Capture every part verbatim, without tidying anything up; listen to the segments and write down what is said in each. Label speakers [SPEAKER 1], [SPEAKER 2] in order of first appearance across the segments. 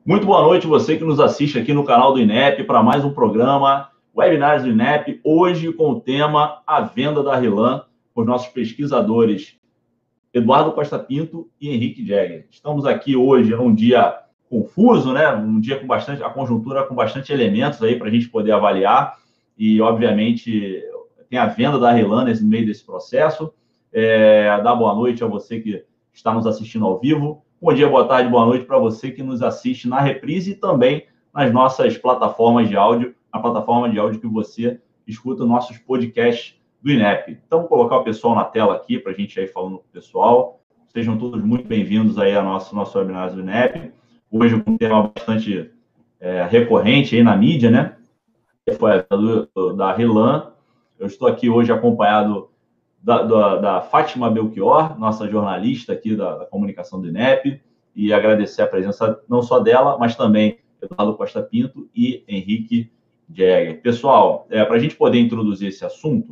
[SPEAKER 1] Muito boa noite você que nos assiste aqui no canal do INEP para mais um programa Webinários do INEP, hoje com o tema A Venda da RLAM, com os nossos pesquisadores Eduardo Costa Pinto e Henrique Jäger. Estamos aqui hoje num dia confuso, né? Um dia com bastante, a conjuntura com bastante elementos aí para a gente poder avaliar e, obviamente, tem a venda da RLAM nesse meio desse processo. É, dá boa noite a você que está nos assistindo ao vivo. Bom dia, boa tarde, boa noite para você que nos assiste na reprise e também nas nossas plataformas de áudio, na plataforma de áudio que você escuta nossos podcasts do INEP. Então, vou colocar o pessoal na tela aqui para a gente ir falando com o pessoal. Sejam todos muito bem-vindos aí ao nosso, nosso webinar do INEP. Hoje com um tema bastante é, recorrente aí na mídia, né? Que foi a venda da RLAM. Eu estou aqui hoje acompanhado Da, da, da Fátima Belchior, nossa jornalista aqui da, da comunicação do INEP, e agradecer a presença não só dela, mas também Eduardo Costa Pinto e Henrique Jäger. Pessoal, é, para a gente poder introduzir esse assunto,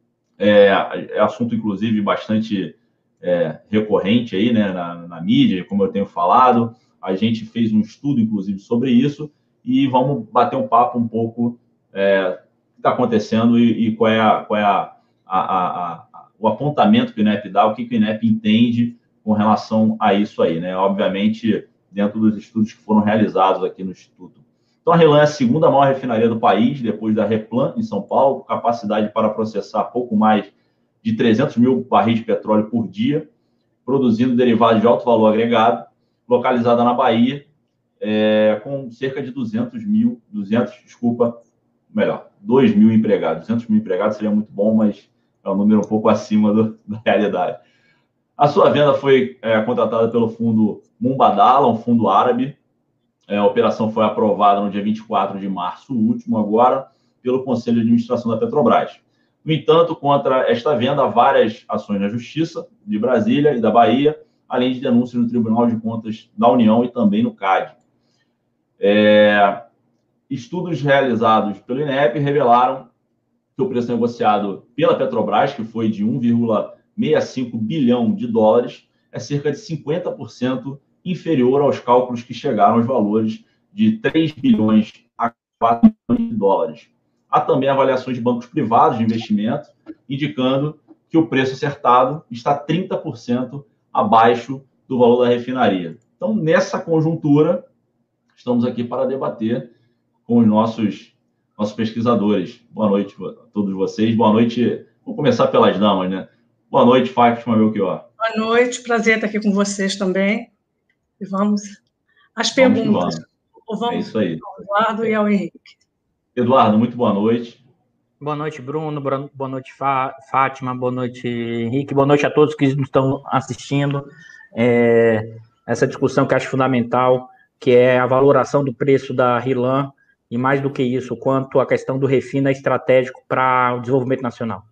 [SPEAKER 1] é, é assunto, inclusive, bastante é, recorrente aí, né, na, na mídia, como eu tenho falado, a gente fez um estudo, inclusive, sobre isso, e vamos bater um papo um pouco é, o que está acontecendo e, e qual é a... Qual é a, a, a, a o apontamento que o INEP dá, o que, que o INEP entende com relação a isso aí, né? Obviamente, dentro dos estudos que foram realizados aqui no Instituto. Então, a RLAM é a segunda maior refinaria do país, depois da Replan, em São Paulo, com capacidade para processar pouco mais de trezentos mil barris de petróleo por dia, produzindo derivados de alto valor agregado, localizada na Bahia, é, com cerca de duzentos mil, duzentos, desculpa, melhor, dois mil empregados. duzentos mil empregados seria muito bom, mas é um número um pouco acima do, da realidade. A sua venda foi é, contratada pelo fundo Mubadala, um fundo árabe. É, a operação foi aprovada no dia vinte e quatro de março último, agora, pelo Conselho de Administração da Petrobras. No entanto, contra esta venda, há várias ações na Justiça de Brasília e da Bahia, além de denúncias no Tribunal de Contas da União e também no C A D. É, estudos realizados pelo INEP revelaram que o preço negociado pela Petrobras, que foi de um vírgula sessenta e cinco bilhão de dólares, é cerca de cinquenta por cento inferior aos cálculos que chegaram aos valores de três bilhões a quatro bilhões de dólares. Há também avaliações de bancos privados de investimento, indicando que o preço acertado está trinta por cento abaixo do valor da refinaria. Então, nessa conjuntura, estamos aqui para debater com os nossos nossos pesquisadores. Boa noite a todos vocês. Boa noite. Vou começar pelas damas, né? Boa noite, Fátima Belchior.
[SPEAKER 2] Boa noite. Prazer estar aqui com vocês também. E vamos às perguntas.
[SPEAKER 1] Vamos, vamos. É isso aí.
[SPEAKER 2] Ao Eduardo é. e ao Henrique.
[SPEAKER 1] Eduardo, muito boa noite.
[SPEAKER 3] Boa noite, Bruno. Boa noite, Fátima. Boa noite, Henrique. Boa noite a todos que nos estão assistindo. É, essa discussão que acho fundamental, que é a valoração do preço da RLAM, e mais do que isso, quanto a questão do refino é estratégico para o desenvolvimento nacional.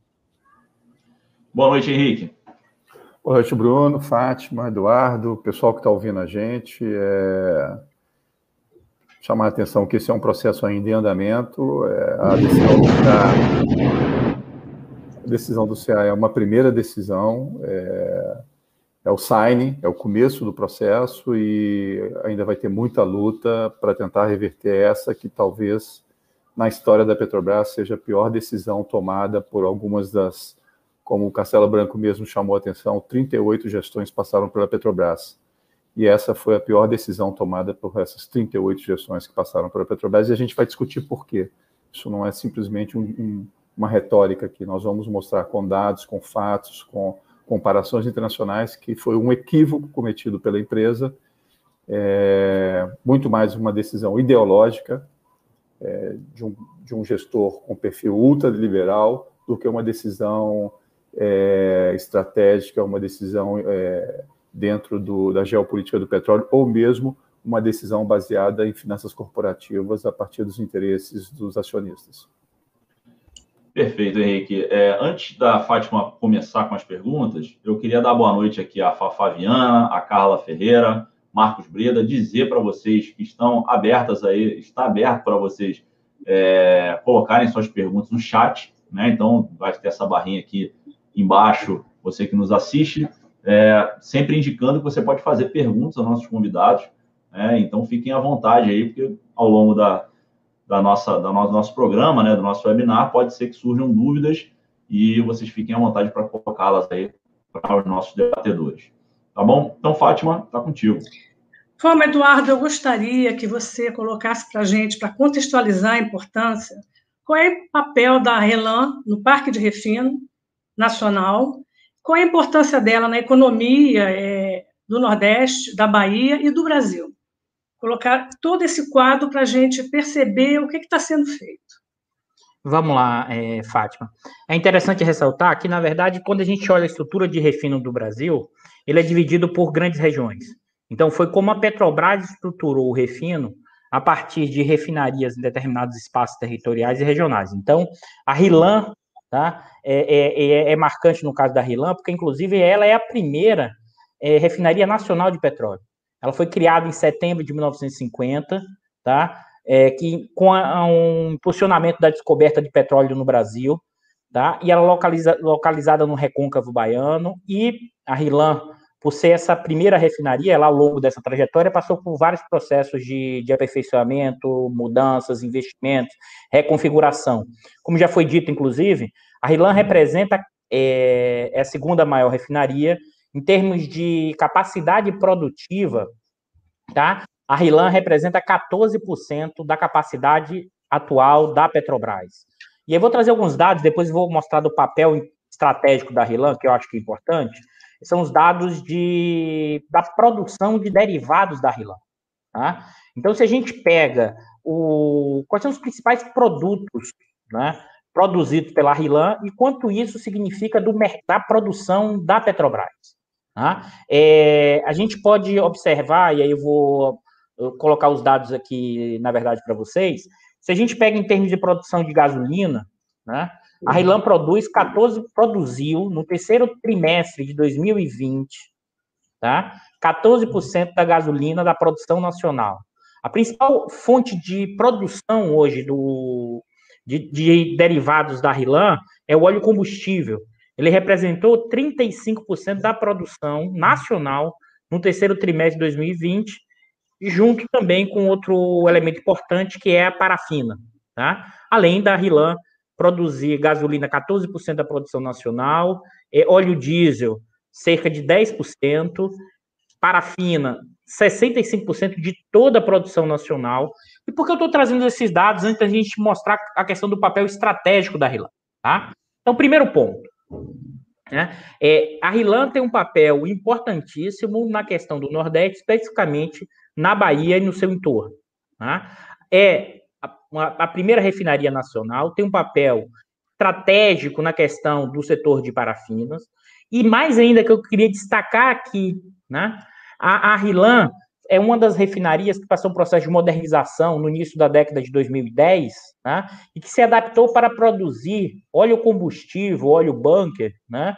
[SPEAKER 1] Boa noite, Henrique.
[SPEAKER 4] Boa noite, Bruno, Fátima, Eduardo, pessoal que está ouvindo a gente. É... Chamar a atenção que esse é um processo ainda em andamento. É... A decisão do C A... a decisão do C A é uma primeira decisão. É... É o sign, é o começo do processo e ainda vai ter muita luta para tentar reverter essa que talvez na história da Petrobras seja a pior decisão tomada por algumas das, como o Castelo Branco mesmo chamou a atenção, trinta e oito gestões passaram pela Petrobras. E essa foi a pior decisão tomada por essas trinta e oito gestões que passaram pela Petrobras e a gente vai discutir por quê. Isso não é simplesmente um, um, uma retórica que nós vamos mostrar com dados, com fatos, com comparações internacionais, que foi um equívoco cometido pela empresa, é, muito mais uma decisão ideológica é, de, um, de um gestor com perfil ultraliberal do que uma decisão é, estratégica, uma decisão é, dentro do, da geopolítica do petróleo, ou mesmo uma decisão baseada em finanças corporativas a partir dos interesses dos acionistas.
[SPEAKER 1] Perfeito, Henrique. É, antes da Fátima começar com as perguntas, eu queria dar boa noite aqui à Fafá Viana, a Carla Ferreira, Marcos Breda, dizer para vocês que estão abertas aí, está aberto para vocês é, colocarem suas perguntas no chat, né? Então, vai ter essa barrinha aqui embaixo, você que nos assiste, é, sempre indicando que você pode fazer perguntas aos nossos convidados. né? Então, fiquem à vontade aí, porque ao longo da, da nossa, da no, nosso programa, né, do nosso webinar, pode ser que surjam dúvidas e vocês fiquem à vontade para colocá-las aí para os nossos debatedores. Tá bom? Então, Fátima, está contigo.
[SPEAKER 2] Como, Eduardo, eu gostaria que você colocasse para a gente, para contextualizar a importância, qual é o papel da RLAM no Parque de Refino Nacional, qual é a importância dela na economia é, do Nordeste, da Bahia e do Brasil. Colocar todo esse quadro para a gente perceber o que está sendo feito.
[SPEAKER 3] Vamos lá, é, Fátima. É interessante ressaltar que, na verdade, quando a gente olha a estrutura de refino do Brasil, ele é dividido por grandes regiões. Então, foi como a Petrobras estruturou o refino a partir de refinarias em determinados espaços territoriais e regionais. Então, a RLAM, tá, é, é, é marcante no caso da RLAM, porque, inclusive, ela é a primeira é, refinaria nacional de petróleo. Ela foi criada em setembro de mil novecentos e cinquenta, tá, é, que, com a, um impulsionamento da descoberta de petróleo no Brasil, tá, e ela localiza, localizada no Recôncavo Baiano, e a RLAM, por ser essa primeira refinaria, ela, ao longo dessa trajetória, passou por vários processos de, de aperfeiçoamento, mudanças, investimentos, reconfiguração. Como já foi dito, inclusive, a RLAM representa é, é a segunda maior refinaria em termos de capacidade produtiva, tá? A RLAM representa quatorze por cento da capacidade atual da Petrobras. E eu vou trazer alguns dados, depois vou mostrar do papel estratégico da RLAM, que eu acho que é importante. São os dados de, da produção de derivados da RLAM. Tá? Então, se a gente pega o, quais são os principais produtos, né, produzidos pela RLAM e quanto isso significa do, da produção da Petrobras. Tá? É, a gente pode observar, e aí eu vou colocar os dados aqui, na verdade, para vocês. Se a gente pega em termos de produção de gasolina, né, a RLAM produz quatorze, produziu no terceiro trimestre de dois mil e vinte, tá? quatorze por cento da gasolina da produção nacional. A principal fonte de produção hoje do, de, de derivados da RLAM é o óleo combustível. Ele representou trinta e cinco por cento da produção nacional no terceiro trimestre de dois mil e vinte, e junto também com outro elemento importante, que é a parafina, tá? Além da RLAM produzir gasolina, quatorze por cento da produção nacional, óleo diesel, cerca de dez por cento, parafina, sessenta e cinco por cento de toda a produção nacional. E por que eu estou trazendo esses dados antes da gente mostrar a questão do papel estratégico da RLAM? Tá? Então, primeiro ponto. Né, é, a RLAM tem um papel importantíssimo na questão do Nordeste, especificamente na Bahia e no seu entorno. Tá? É a primeira refinaria nacional, tem um papel estratégico na questão do setor de parafinas, e mais ainda que eu queria destacar aqui, né, a, a RLAM é uma das refinarias que passou um processo de modernização no início da década de dois mil e dez, né, e que se adaptou para produzir óleo combustível, óleo bunker, né,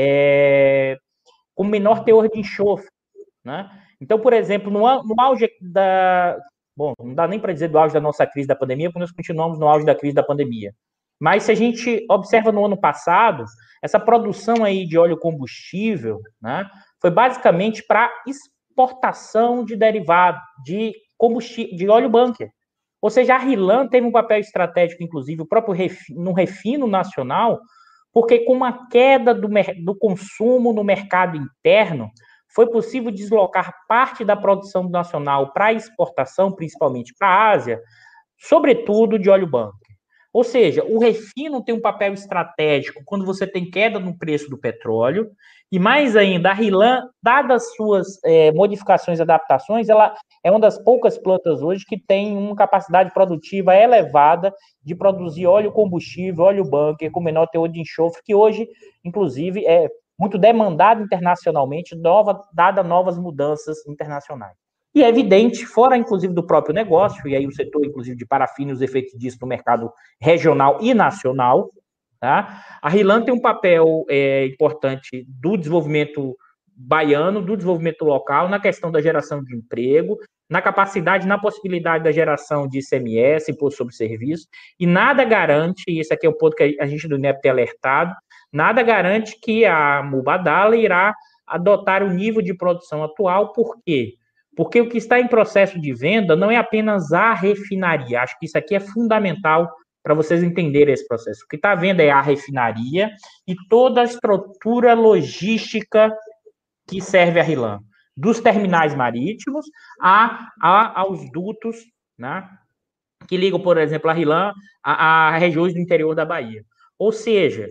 [SPEAKER 3] é, com menor teor de enxofre. Né? Então, por exemplo, no, no auge da... Bom, não dá nem para dizer do auge da nossa crise da pandemia, porque nós continuamos no auge da crise da pandemia. Mas se a gente observa no ano passado, essa produção aí de óleo combustível, né, foi basicamente para exportação de derivado, de combustível, de óleo bunker. Ou seja, a RLAM teve um papel estratégico, inclusive, o próprio refino, no refino nacional, porque com uma queda do, do consumo no mercado interno, foi possível deslocar parte da produção nacional para exportação, principalmente para a Ásia, sobretudo de óleo bunker. Ou seja, o refino tem um papel estratégico quando você tem queda no preço do petróleo, e mais ainda, a RLAM, dadas as suas é, modificações e adaptações, ela é uma das poucas plantas hoje que tem uma capacidade produtiva elevada de produzir óleo combustível, óleo bunker com menor teor de enxofre, que hoje, inclusive, é muito demandado internacionalmente, nova, dada novas mudanças internacionais. E é evidente, fora inclusive do próprio negócio, e aí o setor inclusive de parafina, os efeitos disso no mercado regional e nacional, tá? A RLAM tem um papel é, importante do desenvolvimento baiano, do desenvolvimento local, na questão da geração de emprego, na capacidade, na possibilidade da geração de I C M S, Imposto sobre Serviço, e nada garante, e esse aqui é o ponto que a gente do I N E P tem alertado, nada garante que a Mubadala irá adotar o nível de produção atual. Por quê? Porque o que está em processo de venda não é apenas a refinaria. Acho que isso aqui é fundamental para vocês entenderem esse processo. O que está à venda é a refinaria e toda a estrutura logística que serve a RLAM, dos terminais marítimos a, a, aos dutos, né, que ligam, por exemplo, a RLAM a, a regiões do interior da Bahia. Ou seja,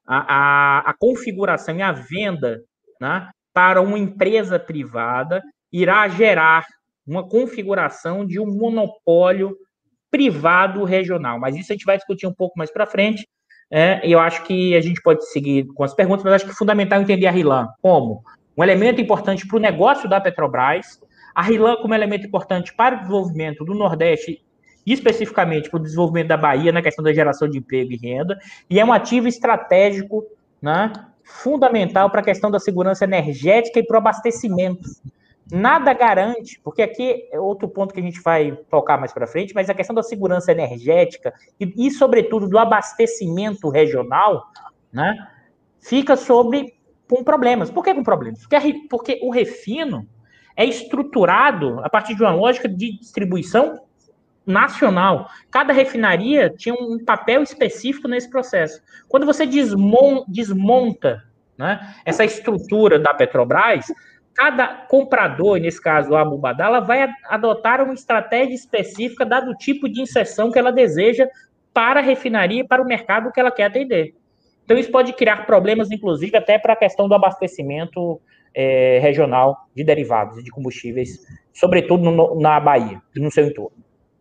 [SPEAKER 3] a, a, a configuração e a venda, né, para uma empresa privada irá gerar uma configuração de um monopólio privado regional. Mas isso a gente vai discutir um pouco mais para frente. É, eu acho que a gente pode seguir com as perguntas, mas acho que é fundamental entender a RLAM como um elemento importante para o negócio da Petrobras, a RLAM como elemento importante para o desenvolvimento do Nordeste, e especificamente para o desenvolvimento da Bahia, na questão da geração de emprego e renda, e é um ativo estratégico, né, fundamental para a questão da segurança energética e para o abastecimento. Nada garante, porque aqui é outro ponto que a gente vai tocar mais para frente, mas a questão da segurança energética e, e, sobretudo, do abastecimento regional, né, fica sobre com problemas. Por que com problemas? Porque, porque o refino é estruturado a partir de uma lógica de distribuição nacional. Cada refinaria tinha um papel específico nesse processo. Quando você desmonta, desmonta, né, essa estrutura da Petrobras, cada comprador, nesse caso a Mubadala, vai adotar uma estratégia específica dado o tipo de inserção que ela deseja para a refinaria e para o mercado que ela quer atender. Então, isso pode criar problemas, inclusive, até para a questão do abastecimento é, regional de derivados e de combustíveis, sobretudo no, na Bahia e no seu entorno.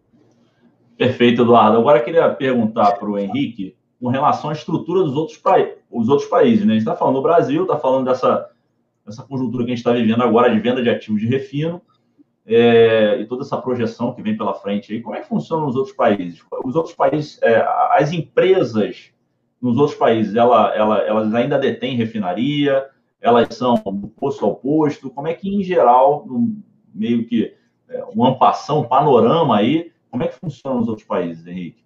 [SPEAKER 1] Perfeito, Eduardo. Agora eu queria perguntar para o Henrique com relação à estrutura dos outros, os outros países. Né? A gente está falando do Brasil, está falando dessa, dessa conjuntura que a gente está vivendo agora de venda de ativos de refino é, e toda essa projeção que vem pela frente. Aí. Como é que funciona nos outros países? Os outros países, é, as empresas nos outros países, ela, ela, elas ainda detêm refinaria, elas são do posto ao posto. Como é que, em geral, no, meio que é, uma ampação, um panorama aí, como é que funciona nos outros países, Henrique?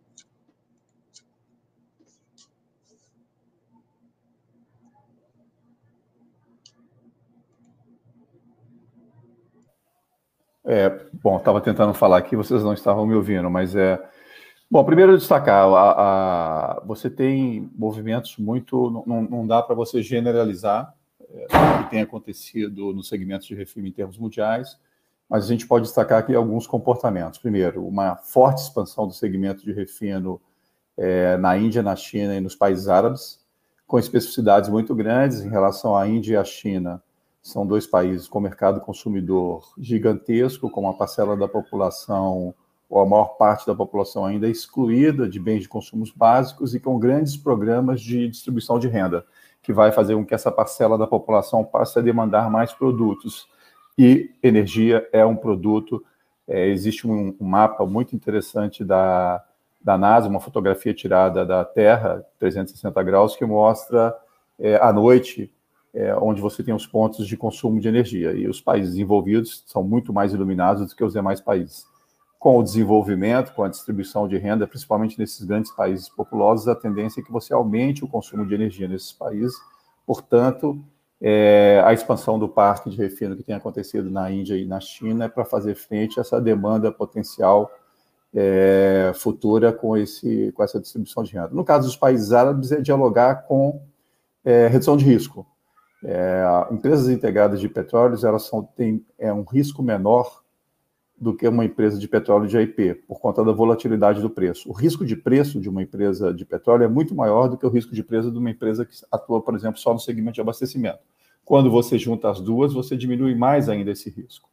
[SPEAKER 4] É, bom, estava tentando falar aqui, vocês não estavam me ouvindo, mas é... Bom, primeiro destacar, a, a, você tem movimentos muito... Não, não dá para você generalizar é, o que tem acontecido no segmento de refino em termos mundiais, mas a gente pode destacar aqui alguns comportamentos. Primeiro, uma forte expansão do segmento de refino é, na Índia, na China e nos países árabes, com especificidades muito grandes em relação à Índia e à China. São dois países com mercado consumidor gigantesco, com uma parcela da população, ou a maior parte da população ainda excluída de bens de consumos básicos e com grandes programas de distribuição de renda, que vai fazer com que essa parcela da população passe a demandar mais produtos. E energia é um produto, é, existe um, um mapa muito interessante da, da NASA, uma fotografia tirada da Terra, trezentos e sessenta graus, que mostra é, à noite, é, onde você tem os pontos de consumo de energia. E os países desenvolvidos são muito mais iluminados do que os demais países. Com o desenvolvimento, com a distribuição de renda, principalmente nesses grandes países populosos, a tendência é que você aumente o consumo de energia nesses países. Portanto, é, a expansão do parque de refino que tem acontecido na Índia e na China é para fazer frente a essa demanda potencial é, futura com, esse, com essa distribuição de renda. No caso dos países árabes, é dialogar com é, redução de risco. É, empresas integradas de petróleos, elas são, têm é, um risco menor do que uma empresa de petróleo de A I P, por conta da volatilidade do preço. O risco de preço de uma empresa de petróleo é muito maior do que o risco de preço de uma empresa que atua, por exemplo, só no segmento de abastecimento. Quando você junta as duas, você diminui mais ainda esse risco.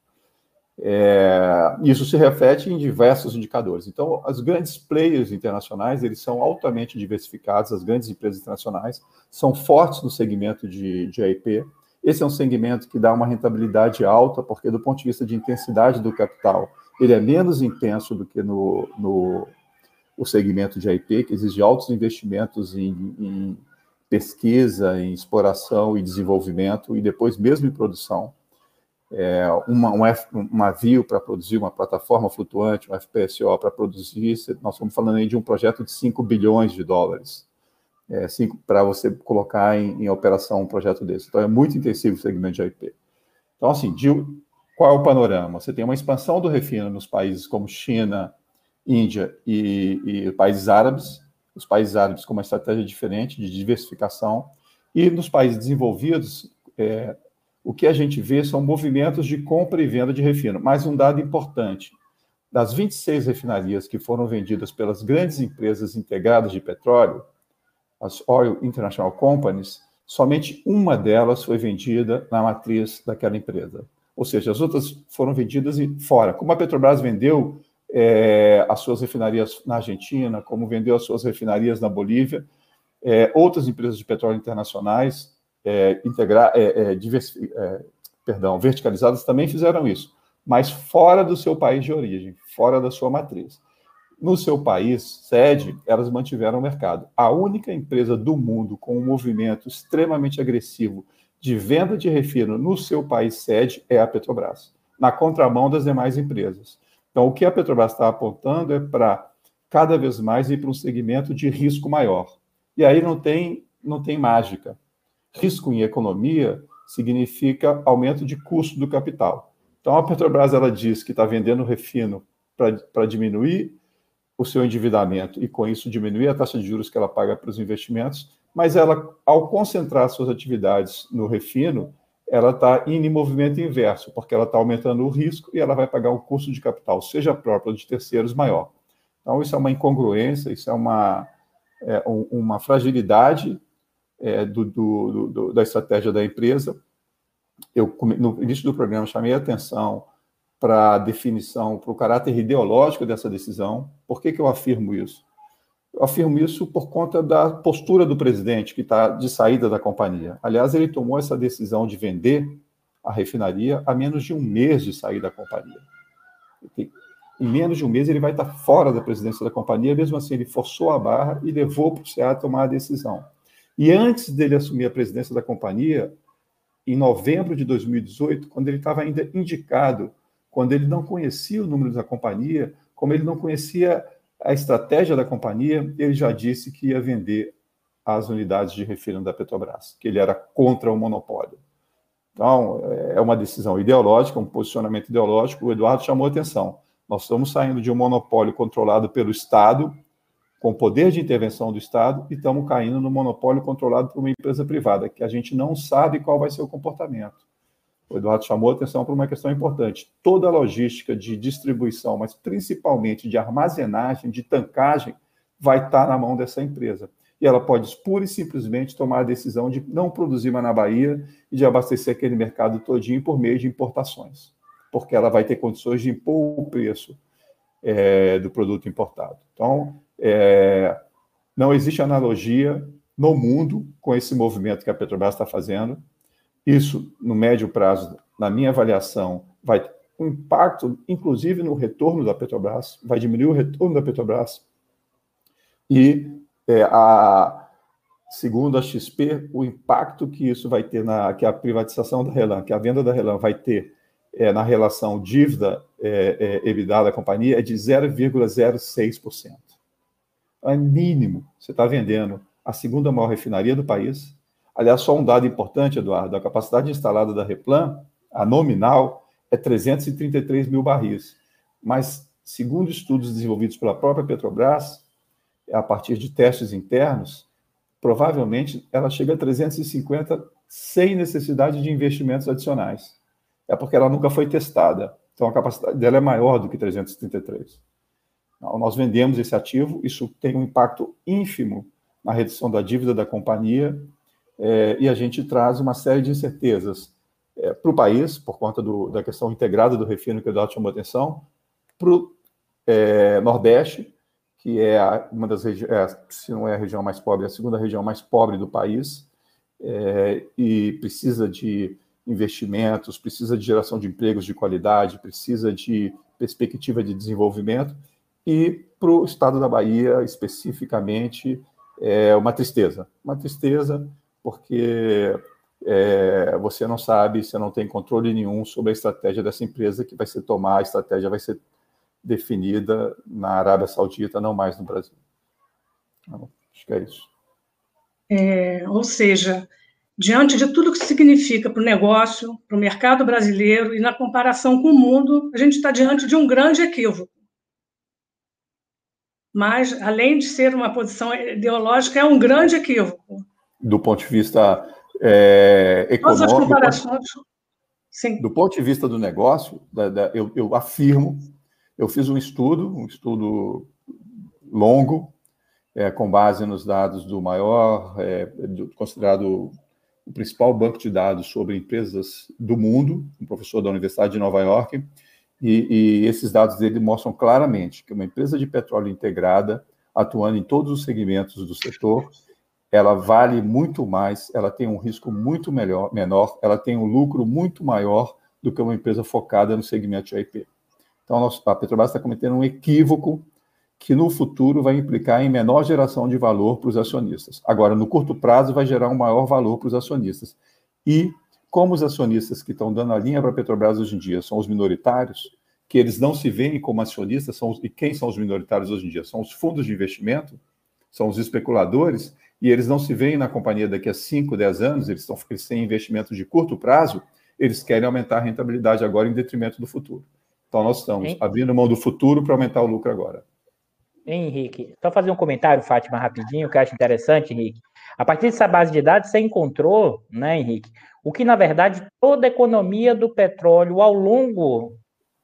[SPEAKER 4] É, isso se reflete em diversos indicadores. Então, as grandes players internacionais, eles são altamente diversificados, as grandes empresas internacionais são fortes no segmento de, de A I P. Esse é um segmento que dá uma rentabilidade alta, porque do ponto de vista de intensidade do capital, ele é menos intenso do que no, no o segmento de A I P, que exige altos investimentos em, em pesquisa, em exploração e desenvolvimento, e depois mesmo em produção. É, uma, um, F, um navio para produzir uma plataforma flutuante, um F P S O para produzir, nós estamos falando aí de um projeto de cinco bilhões de dólares. É, para você colocar em, em operação um projeto desse. Então, é muito intensivo o segmento de A I P. Então, assim, de, qual é o panorama? Você tem uma expansão do refino nos países como China, Índia e, e países árabes, os países árabes com uma estratégia diferente de diversificação, e nos países desenvolvidos, é, o que a gente vê são movimentos de compra e venda de refino. Mas um dado importante, das vinte e seis refinarias que foram vendidas pelas grandes empresas integradas de petróleo, as Oil International Companies, somente uma delas foi vendida na matriz daquela empresa. Ou seja, as outras foram vendidas fora. Como a Petrobras vendeu é, as suas refinarias na Argentina, como vendeu as suas refinarias na Bolívia, é, outras empresas de petróleo internacionais é, integra, é, é, diversi, é, perdão, verticalizadas também fizeram isso, mas fora do seu país de origem, fora da sua matriz. No seu país, sede, elas mantiveram o mercado. A única empresa do mundo com um movimento extremamente agressivo de venda de refino no seu país sede é a Petrobras, na contramão das demais empresas. Então, o que a Petrobras está apontando é para cada vez mais ir para um segmento de risco maior. E aí não tem, não tem mágica. Risco em economia significa aumento de custo do capital. Então, a Petrobras ela diz que está vendendo refino para diminuir o seu endividamento e, com isso, diminuir a taxa de juros que ela paga para os investimentos, mas ela, ao concentrar suas atividades no refino, ela está em movimento inverso, porque ela está aumentando o risco e ela vai pagar um custo de capital, seja próprio ou de terceiros, maior. Então, isso é uma incongruência, isso é uma, é, uma fragilidade é, do, do, do, da estratégia da empresa. Eu, no início do programa, chamei a atenção para a definição, para o caráter ideológico dessa decisão. Por que que eu afirmo isso? Eu afirmo isso por conta da postura do presidente, que está de saída da companhia. Aliás, ele tomou essa decisão de vender a refinaria há menos de um mês de sair da companhia. Em menos de um mês, ele vai estar fora da presidência da companhia, mesmo assim, ele forçou a barra e levou para o C E A a tomar a decisão. E antes dele assumir a presidência da companhia, em novembro de dois mil e dezoito, quando ele estava ainda indicado, quando ele não conhecia o número da companhia, como ele não conhecia a estratégia da companhia, ele já disse que ia vender as unidades de refino da Petrobras, que ele era contra o monopólio. Então, é uma decisão ideológica, um posicionamento ideológico. O Eduardo chamou a atenção. Nós estamos saindo de um monopólio controlado pelo Estado, com poder de intervenção do Estado, e estamos caindo no monopólio controlado por uma empresa privada, que a gente não sabe qual vai ser o comportamento. O Eduardo chamou a atenção para uma questão importante. Toda a logística de distribuição, mas principalmente de armazenagem, de tancagem, vai estar na mão dessa empresa. E ela pode, pura e simplesmente, tomar a decisão de não produzir mais na Bahia e de abastecer aquele mercado todinho por meio de importações, porque ela vai ter condições de impor o preço é, do produto importado. Então, é, não existe analogia no mundo com esse movimento que a Petrobras está fazendo. Isso, no médio prazo, na minha avaliação, vai ter um impacto, inclusive, no retorno da Petrobras, vai diminuir o retorno da Petrobras. E, é, a, segundo a X P, o impacto que isso vai ter, na, que a privatização da RLAM, que a venda da RLAM vai ter é, na relação dívida-EBITDA é, é, da companhia é de zero vírgula zero seis por cento. É mínimo. Você está vendendo a segunda maior refinaria do país. Aliás, só um dado importante, Eduardo, a capacidade instalada da Replan, a nominal, é trezentos e trinta e três mil barris. Mas, segundo estudos desenvolvidos pela própria Petrobras, a partir de testes internos, provavelmente ela chega a trezentos e cinquenta sem necessidade de investimentos adicionais. É porque ela nunca foi testada. Então, a capacidade dela é maior do que trezentos e trinta e três. Então, nós vendemos esse ativo, isso tem um impacto ínfimo na redução da dívida da companhia, É, e a gente traz uma série de incertezas é, para o país, por conta do, da questão integrada do refino que o Eduardo chamou a atenção, para o é, Nordeste, que é a, uma das regiões, é, se não é a região mais pobre, é a segunda região mais pobre do país, é, e precisa de investimentos, precisa de geração de empregos de qualidade, precisa de perspectiva de desenvolvimento, e para o estado da Bahia, especificamente, é uma tristeza. Uma tristeza porque é, você não sabe, você não tem controle nenhum sobre a estratégia dessa empresa que vai ser tomar, a estratégia vai ser definida na Arábia Saudita, não mais no Brasil. Então, acho que é isso.
[SPEAKER 2] É, ou seja, diante de tudo que significa para o negócio, para o mercado brasileiro e na comparação com o mundo, a gente está diante de um grande equívoco. Mas, além de ser uma posição ideológica, é um grande equívoco.
[SPEAKER 4] Do ponto de vista é, econômico...
[SPEAKER 2] Todas as comparações... Sim.
[SPEAKER 4] Do ponto de vista do negócio, da, da, eu, eu afirmo, eu fiz um estudo, um estudo longo, é, com base nos dados do maior, é, do, considerado o principal banco de dados sobre empresas do mundo, um professor da Universidade de Nova York, e, e esses dados dele mostram claramente que uma empresa de petróleo integrada, atuando em todos os segmentos do setor, ela vale muito mais, ela tem um risco muito melhor, menor, ela tem um lucro muito maior do que uma empresa focada no segmento de I P. Então, a Petrobras está cometendo um equívoco que no futuro vai implicar em menor geração de valor para os acionistas. Agora, no curto prazo, vai gerar um maior valor para os acionistas. E, como os acionistas que estão dando a linha para a Petrobras hoje em dia são os minoritários, que eles não se veem como acionistas, são os, e quem são os minoritários hoje em dia? São os fundos de investimento, são os especuladores, e eles não se veem na companhia daqui a cinco, dez anos, eles, estão, eles têm investimentos de curto prazo, eles querem aumentar a rentabilidade agora em detrimento do futuro. Então, nós estamos hein? abrindo mão do futuro para aumentar o lucro agora.
[SPEAKER 3] Henrique, só fazer um comentário, Fátima, rapidinho, que eu acho interessante, Henrique. A partir dessa base de dados, você encontrou, né, Henrique, o que, na verdade, toda a economia do petróleo ao longo,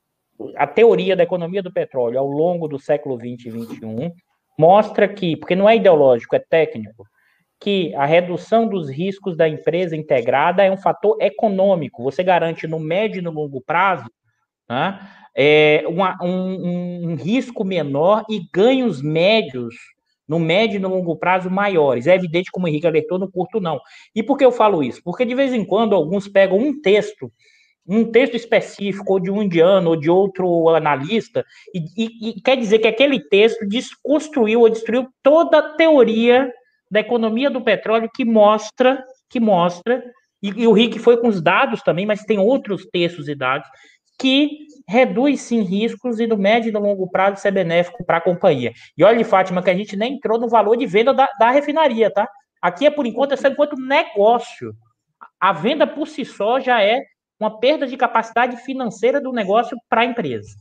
[SPEAKER 3] a teoria da economia do petróleo ao longo do século vinte e vinte e um, mostra que, porque não é ideológico, é técnico, que a redução dos riscos da empresa integrada é um fator econômico. Você garante no médio e no longo prazo, né, é, uma, um, um risco menor e ganhos médios no médio e no longo prazo maiores. É evidente, como o Henrique alertou, no curto não. E por que eu falo isso? Porque de vez em quando alguns pegam um texto, um texto específico, ou de um indiano, ou de outro analista, e, e, e quer dizer que aquele texto desconstruiu ou destruiu toda a teoria da economia do petróleo que mostra, que mostra, e, e o Rick foi com os dados também, mas tem outros textos e dados, que reduz, sim, riscos e no médio e no longo prazo isso é benéfico para a companhia. E olha, Fátima, que a gente nem entrou no valor de venda da, da refinaria, tá? Aqui, é por enquanto, é só enquanto negócio. A venda por si só já é uma perda de capacidade financeira do negócio para a empresa.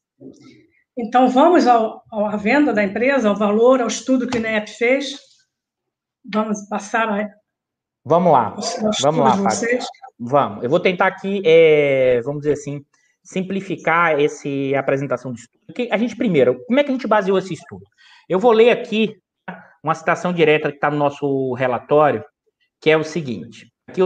[SPEAKER 2] Então, vamos ao, à venda da empresa, ao valor, ao estudo que o I N E P fez? Vamos passar a...
[SPEAKER 3] Vamos lá, vamos lá, Fábio. Vamos. Eu vou tentar aqui, é, vamos dizer assim, simplificar esse, a apresentação do estudo. Porque a gente, primeiro, como é que a gente baseou esse estudo? Eu vou ler aqui uma citação direta que está no nosso relatório, que é o seguinte. Aqui eu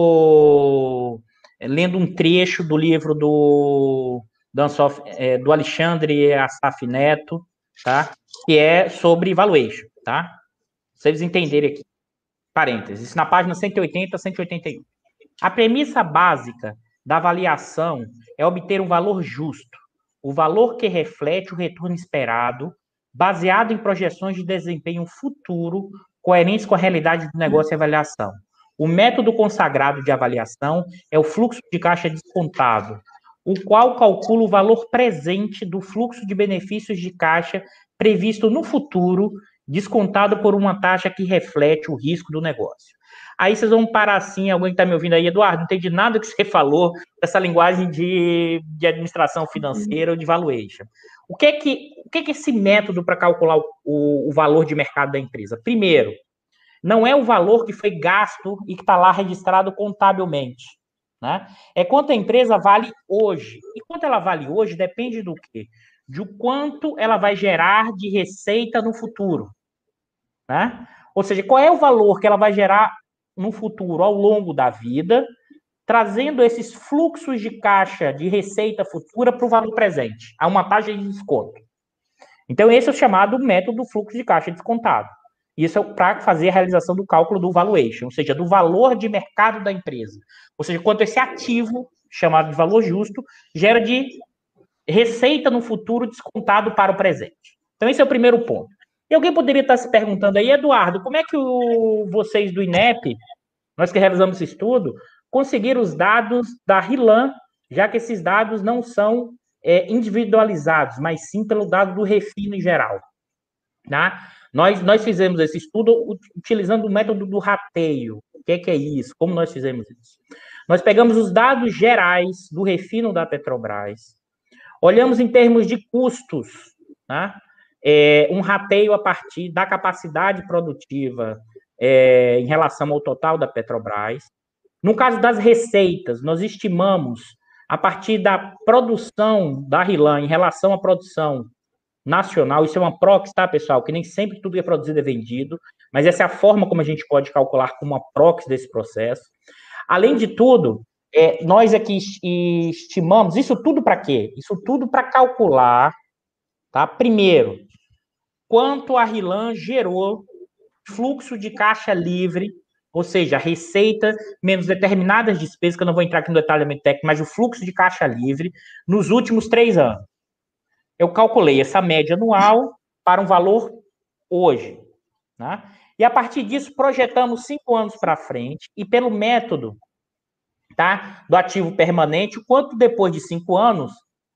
[SPEAKER 3] estou lendo um trecho do livro do, do, Ansof, é, do Alexandre Assaf Neto, tá? Que é sobre valuation, tá? Pra vocês entenderem aqui. Parênteses, na página cento e oitenta, cento e oitenta e um. A premissa básica da avaliação é obter um valor justo, o valor que reflete o retorno esperado, baseado em projeções de desempenho futuro, coerentes com a realidade do negócio e avaliação. O método consagrado de avaliação é o fluxo de caixa descontado, o qual calcula o valor presente do fluxo de benefícios de caixa previsto no futuro, descontado por uma taxa que reflete o risco do negócio. Aí vocês vão parar assim, alguém que está me ouvindo aí, Eduardo, não entendi nada que você falou dessa linguagem de, de administração financeira ou de valuation. O que é que, o que, é que esse método para calcular o, o, o valor de mercado da empresa? Primeiro, não é o valor que foi gasto e que está lá registrado contabilmente, né? É quanto a empresa vale hoje. E quanto ela vale hoje depende do quê? De quanto ela vai gerar de receita no futuro, né? Ou seja, qual é o valor que ela vai gerar no futuro, ao longo da vida, trazendo esses fluxos de caixa de receita futura para o valor presente, a uma taxa de desconto. Então, esse é o chamado método fluxo de caixa descontado. Isso é para fazer a realização do cálculo do valuation, ou seja, do valor de mercado da empresa. Ou seja, quanto esse ativo, chamado de valor justo, gera de receita no futuro descontado para o presente. Então, esse é o primeiro ponto. E alguém poderia estar se perguntando aí, Eduardo, como é que o, vocês do I N E P, nós que realizamos esse estudo, conseguiram os dados da RLAM, já que esses dados não são é, individualizados, mas sim pelo dado do refino em geral. Tá? Nós, nós fizemos esse estudo utilizando o método do rateio. O que é, que é isso? Como nós fizemos isso? Nós pegamos os dados gerais do refino da Petrobras, olhamos em termos de custos, né? É, um rateio a partir da capacidade produtiva é, em relação ao total da Petrobras. No caso das receitas, nós estimamos, a partir da produção da RLAM em relação à produção nacional, isso é uma proxy, tá, pessoal? Que nem sempre tudo que é produzido é vendido, mas essa é a forma como a gente pode calcular como uma proxy desse processo. Além de tudo, é, nós aqui estimamos, isso tudo para quê? Isso tudo para calcular, tá? Primeiro, quanto a RLAM gerou fluxo de caixa livre, ou seja, a receita menos determinadas despesas, que eu não vou entrar aqui no detalhamento técnico, mas o fluxo de caixa livre nos últimos três anos. Eu calculei essa média anual para um valor hoje, né? E a partir disso projetamos cinco anos para frente e pelo método, tá, do ativo permanente, quanto depois de cinco anos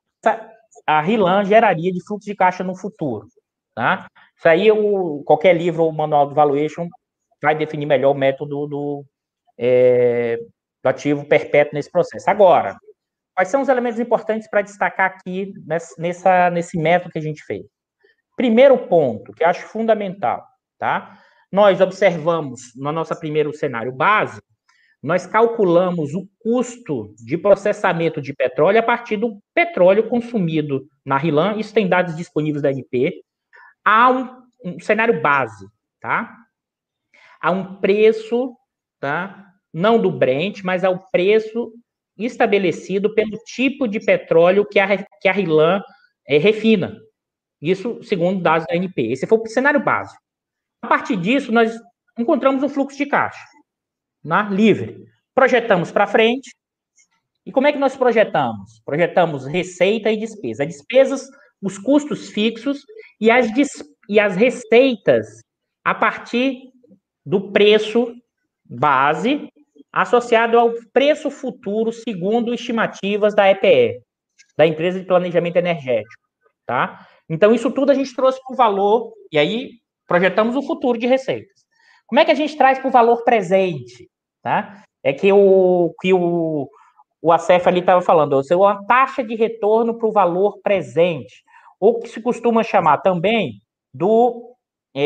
[SPEAKER 3] a RLAM geraria de fluxo de caixa no futuro, tá? Isso aí, o, qualquer livro ou manual do valuation vai definir melhor o método do, é, do ativo perpétuo nesse processo. Agora, quais são os elementos importantes para destacar aqui nessa, nesse método que a gente fez? Primeiro ponto, que eu acho fundamental, tá? Nós observamos, no nosso primeiro cenário base, nós calculamos o custo de processamento de petróleo a partir do petróleo consumido na RLAM, isso tem dados disponíveis da A N P, há um, um cenário base, tá? Há um preço, tá? Não do Brent, mas ao preço estabelecido pelo tipo de petróleo que a, que a RLAM é, refina. Isso segundo dados da A N P. Esse foi o cenário básico. A partir disso, nós encontramos um fluxo de caixa, né, livre. Projetamos para frente. E como é que nós projetamos? Projetamos receita e despesa. As despesas, os custos fixos e as, e as receitas a partir do preço base associado ao preço futuro segundo estimativas da E P E, da Empresa de Planejamento Energético, tá? Então, isso tudo a gente trouxe para o valor, e aí projetamos o futuro de receitas. Como é que a gente traz para o valor presente, tá? É que o, que o, o Acef ali estava falando, ou seja, uma taxa de retorno para o valor presente, ou que se costuma chamar também do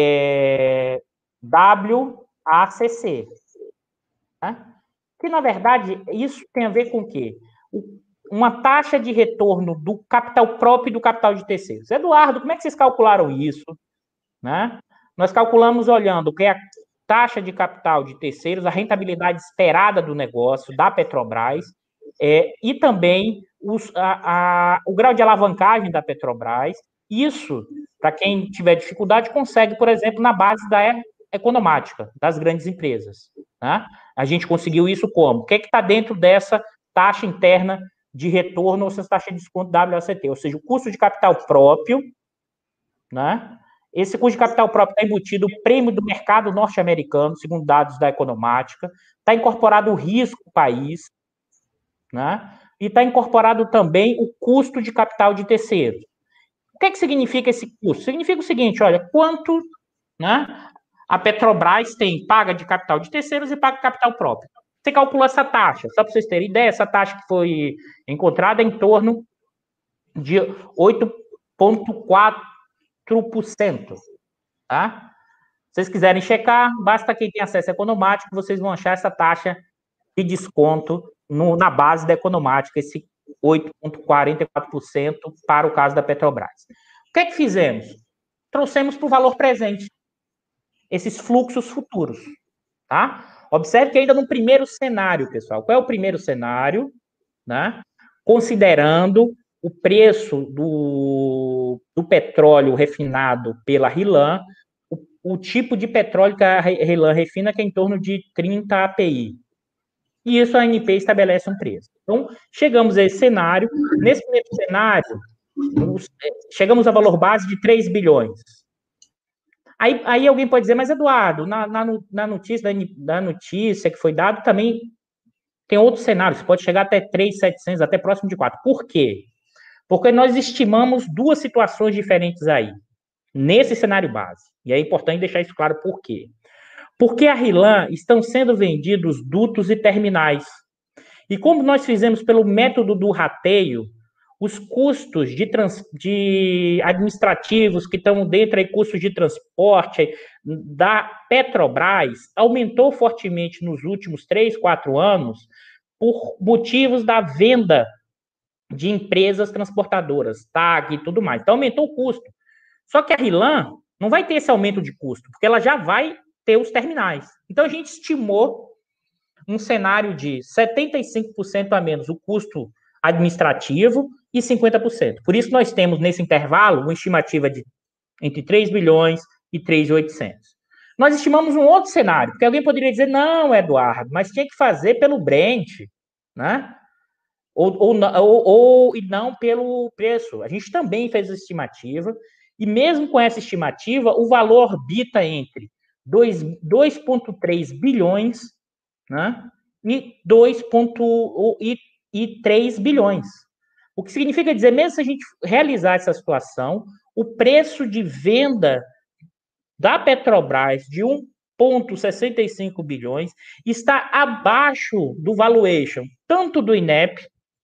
[SPEAKER 3] é, W A C C, tá? Que, na verdade, isso tem a ver com o quê? Uma taxa de retorno do capital próprio e do capital de terceiros. Eduardo, como é que vocês calcularam isso? Né? Nós calculamos olhando o que é a taxa de capital de terceiros, a rentabilidade esperada do negócio, da Petrobras, é, e também os, a, a, o grau de alavancagem da Petrobras. Isso, para quem tiver dificuldade, consegue, por exemplo, na base da economática das grandes empresas. Né? A gente conseguiu isso como? O que é que está dentro dessa taxa interna de retorno, ou seja, taxa de desconto W A C T, ou seja, o custo de capital próprio, né? Esse custo de capital próprio está embutido o prêmio do mercado norte-americano, segundo dados da economática, está incorporado o risco do país, né? E está incorporado também o custo de capital de terceiros. O que é que significa esse custo? Significa o seguinte, olha, quanto, né, a Petrobras tem paga de capital de terceiros e paga de capital próprio. Você calcula essa taxa, só para vocês terem ideia, essa taxa que foi encontrada é em torno de oito vírgula quatro por cento, tá? Se vocês quiserem checar, basta quem tem acesso economático, vocês vão achar essa taxa de desconto no, na base da economática, esse oito vírgula quarenta e quatro por cento para o caso da Petrobras. O que é que fizemos? Trouxemos para o valor presente esses fluxos futuros, tá? Observe que ainda no primeiro cenário, pessoal. Qual é o primeiro cenário? Né? Considerando o preço do, do petróleo refinado pela RLAM, o, o tipo de petróleo que a RLAM refina, que é em torno de trinta A P I. E isso a A N P estabelece um preço. Então, chegamos a esse cenário. Nesse primeiro cenário, chegamos a valor base de três bilhões. Aí, aí alguém pode dizer, mas Eduardo, na, na, na, notícia, na notícia que foi dado, também tem outros cenários, pode chegar até três mil e setecentos, até próximo de quatro. Por quê? Porque nós estimamos duas situações diferentes aí, nesse cenário base. E é importante deixar isso claro por quê. Porque a RLAN estão sendo vendidos dutos e terminais. E como nós fizemos pelo método do rateio, os custos de, trans, de administrativos que estão dentro aí, custos de transporte da Petrobras, aumentou fortemente nos últimos três, quatro anos por motivos da venda de empresas transportadoras, T A G e tudo mais. Então, aumentou o custo. Só que a RLAN não vai ter esse aumento de custo, porque ela já vai ter os terminais. Então, a gente estimou um cenário de setenta e cinco por cento a menos o custo administrativo e cinquenta por cento. Por isso, nós temos, nesse intervalo, uma estimativa de entre três bilhões e três milhões e oitocentos. Nós estimamos um outro cenário, porque alguém poderia dizer, não, Eduardo, mas tinha que fazer pelo Brent, né? Ou, ou, ou, ou e não pelo preço. A gente também fez a estimativa, e mesmo com essa estimativa, o valor orbita entre dois vírgula três bilhões, né, e dois vírgula três bilhões. O que significa dizer, mesmo se a gente realizar essa situação, o preço de venda da Petrobras de um vírgula sessenta e cinco bilhões está abaixo do valuation, tanto do INEP,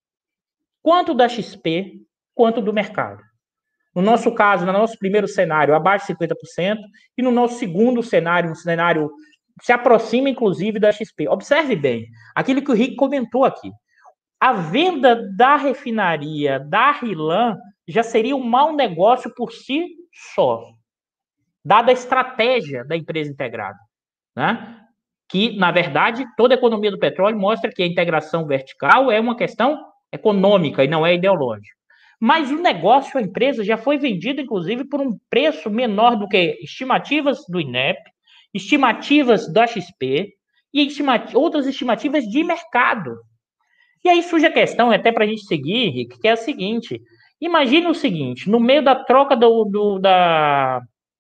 [SPEAKER 3] quanto da X P, quanto do mercado. No nosso caso, no nosso primeiro cenário, abaixo de cinquenta por cento, e no nosso segundo cenário, um cenário se aproxima, inclusive, da X P. Observe bem, aquilo que o Rick comentou aqui. A venda da refinaria da RLAN já seria um mau negócio por si só, dada a estratégia da empresa integrada, né? Que, na verdade, toda a economia do petróleo mostra que a integração vertical é uma questão econômica e não é ideológica. Mas o negócio, a empresa, já foi vendida, inclusive, por um preço menor do que estimativas do INEP, estimativas da X P e estimati- outras estimativas de mercado. E aí surge a questão, até para a gente seguir, Rick, que é a seguinte: imagine o seguinte, no meio da troca do, do, da,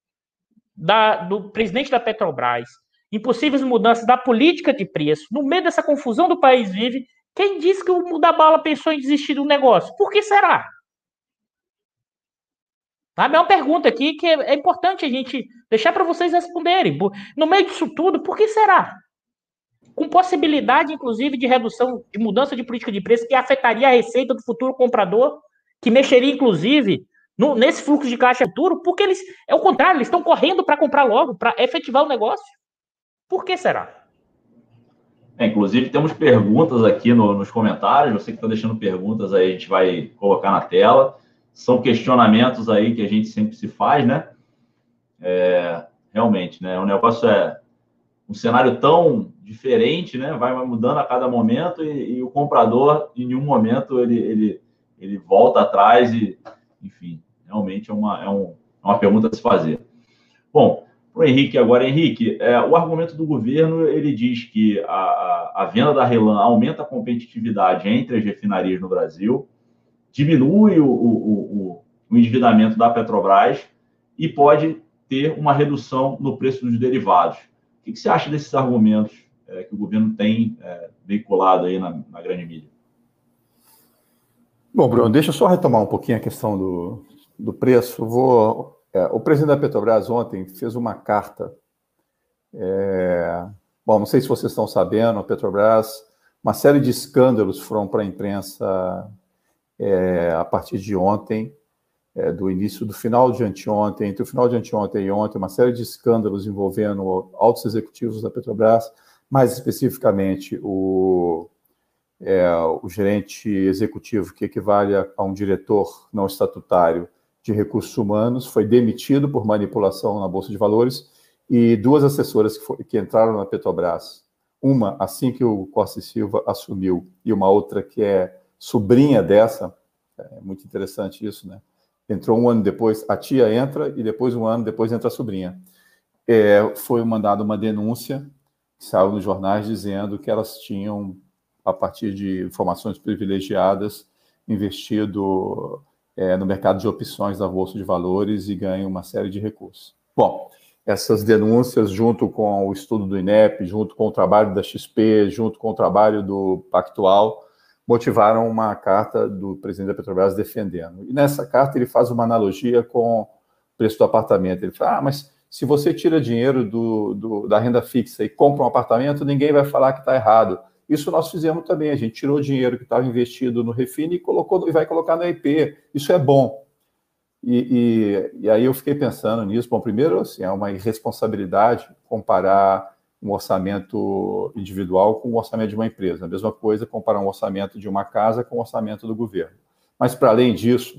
[SPEAKER 3] da, do presidente da Petrobras, impossíveis mudanças da política de preço, no meio dessa confusão do país vive, quem disse que o Muda Bala pensou em desistir do negócio? Por que será? Sabe? É uma pergunta aqui que é importante a gente deixar para vocês responderem. No meio disso tudo, por que será? Com possibilidade, inclusive, de redução, de mudança de política de preço que afetaria a receita do futuro comprador, que mexeria, inclusive, no, nesse fluxo de caixa futuro, porque eles, é o contrário, eles estão correndo para comprar logo, para efetivar o negócio. Por que será?
[SPEAKER 1] É, inclusive, temos perguntas aqui no, nos comentários. Você que está deixando perguntas aí, a gente vai colocar na tela. São questionamentos aí que a gente sempre se faz, né? É, realmente, né? O negócio é um cenário tão diferente, né? Vai mudando a cada momento e, e o comprador, em nenhum momento, ele, ele, ele volta atrás e, enfim, realmente é uma, é um, é uma pergunta a se fazer. Bom, para o Henrique agora. Henrique, é, o argumento do governo, ele diz que a, a, a venda da RLAN aumenta a competitividade entre as refinarias no Brasil, diminui o, o, o, o endividamento da Petrobras e pode ter uma redução no preço dos derivados. O que, que você acha desses argumentos é, que o governo tem é, veiculado aí na, na grande mídia?
[SPEAKER 4] Bom, Bruno, deixa eu só retomar um pouquinho a questão do, do preço. Vou, é, o presidente da Petrobras ontem fez uma carta. É, bom, não sei se vocês estão sabendo, a Petrobras, uma série de escândalos foram para a imprensa é, a partir de ontem, é, do início do final de anteontem, entre o final de anteontem e ontem, uma série de escândalos envolvendo altos executivos da Petrobras, mais especificamente o, é, o gerente executivo, que equivale a, a um diretor não estatutário de recursos humanos, foi demitido por manipulação na Bolsa de Valores, e duas assessoras que, foi, que entraram na Petrobras, uma assim que o Costa e Silva assumiu, e uma outra que é sobrinha dessa, é muito interessante isso, né? Entrou um ano depois, a tia entra, e depois um ano depois entra a sobrinha. É, foi mandada uma denúncia, que saiu nos jornais, dizendo que elas tinham, a partir de informações privilegiadas, investido é, no mercado de opções da Bolsa de Valores e ganho uma série de recursos. Bom, essas denúncias, junto com o estudo do INEP, junto com o trabalho da X P, junto com o trabalho do Pactual, motivaram uma carta do presidente da Petrobras defendendo. E nessa carta ele faz uma analogia com o preço do apartamento. Ele fala, ah, mas Se você tira dinheiro do, do, da renda fixa e compra um apartamento, ninguém vai falar que está errado. Isso nós fizemos também. A gente tirou o dinheiro que estava investido no Refine e, colocou, e vai colocar na I P. Isso é bom. E, e, e aí eu fiquei pensando nisso. Bom, primeiro, assim, é uma irresponsabilidade comparar um orçamento individual com o orçamento de uma empresa. A mesma coisa comparar um orçamento de uma casa com o orçamento do governo. Mas, para além disso,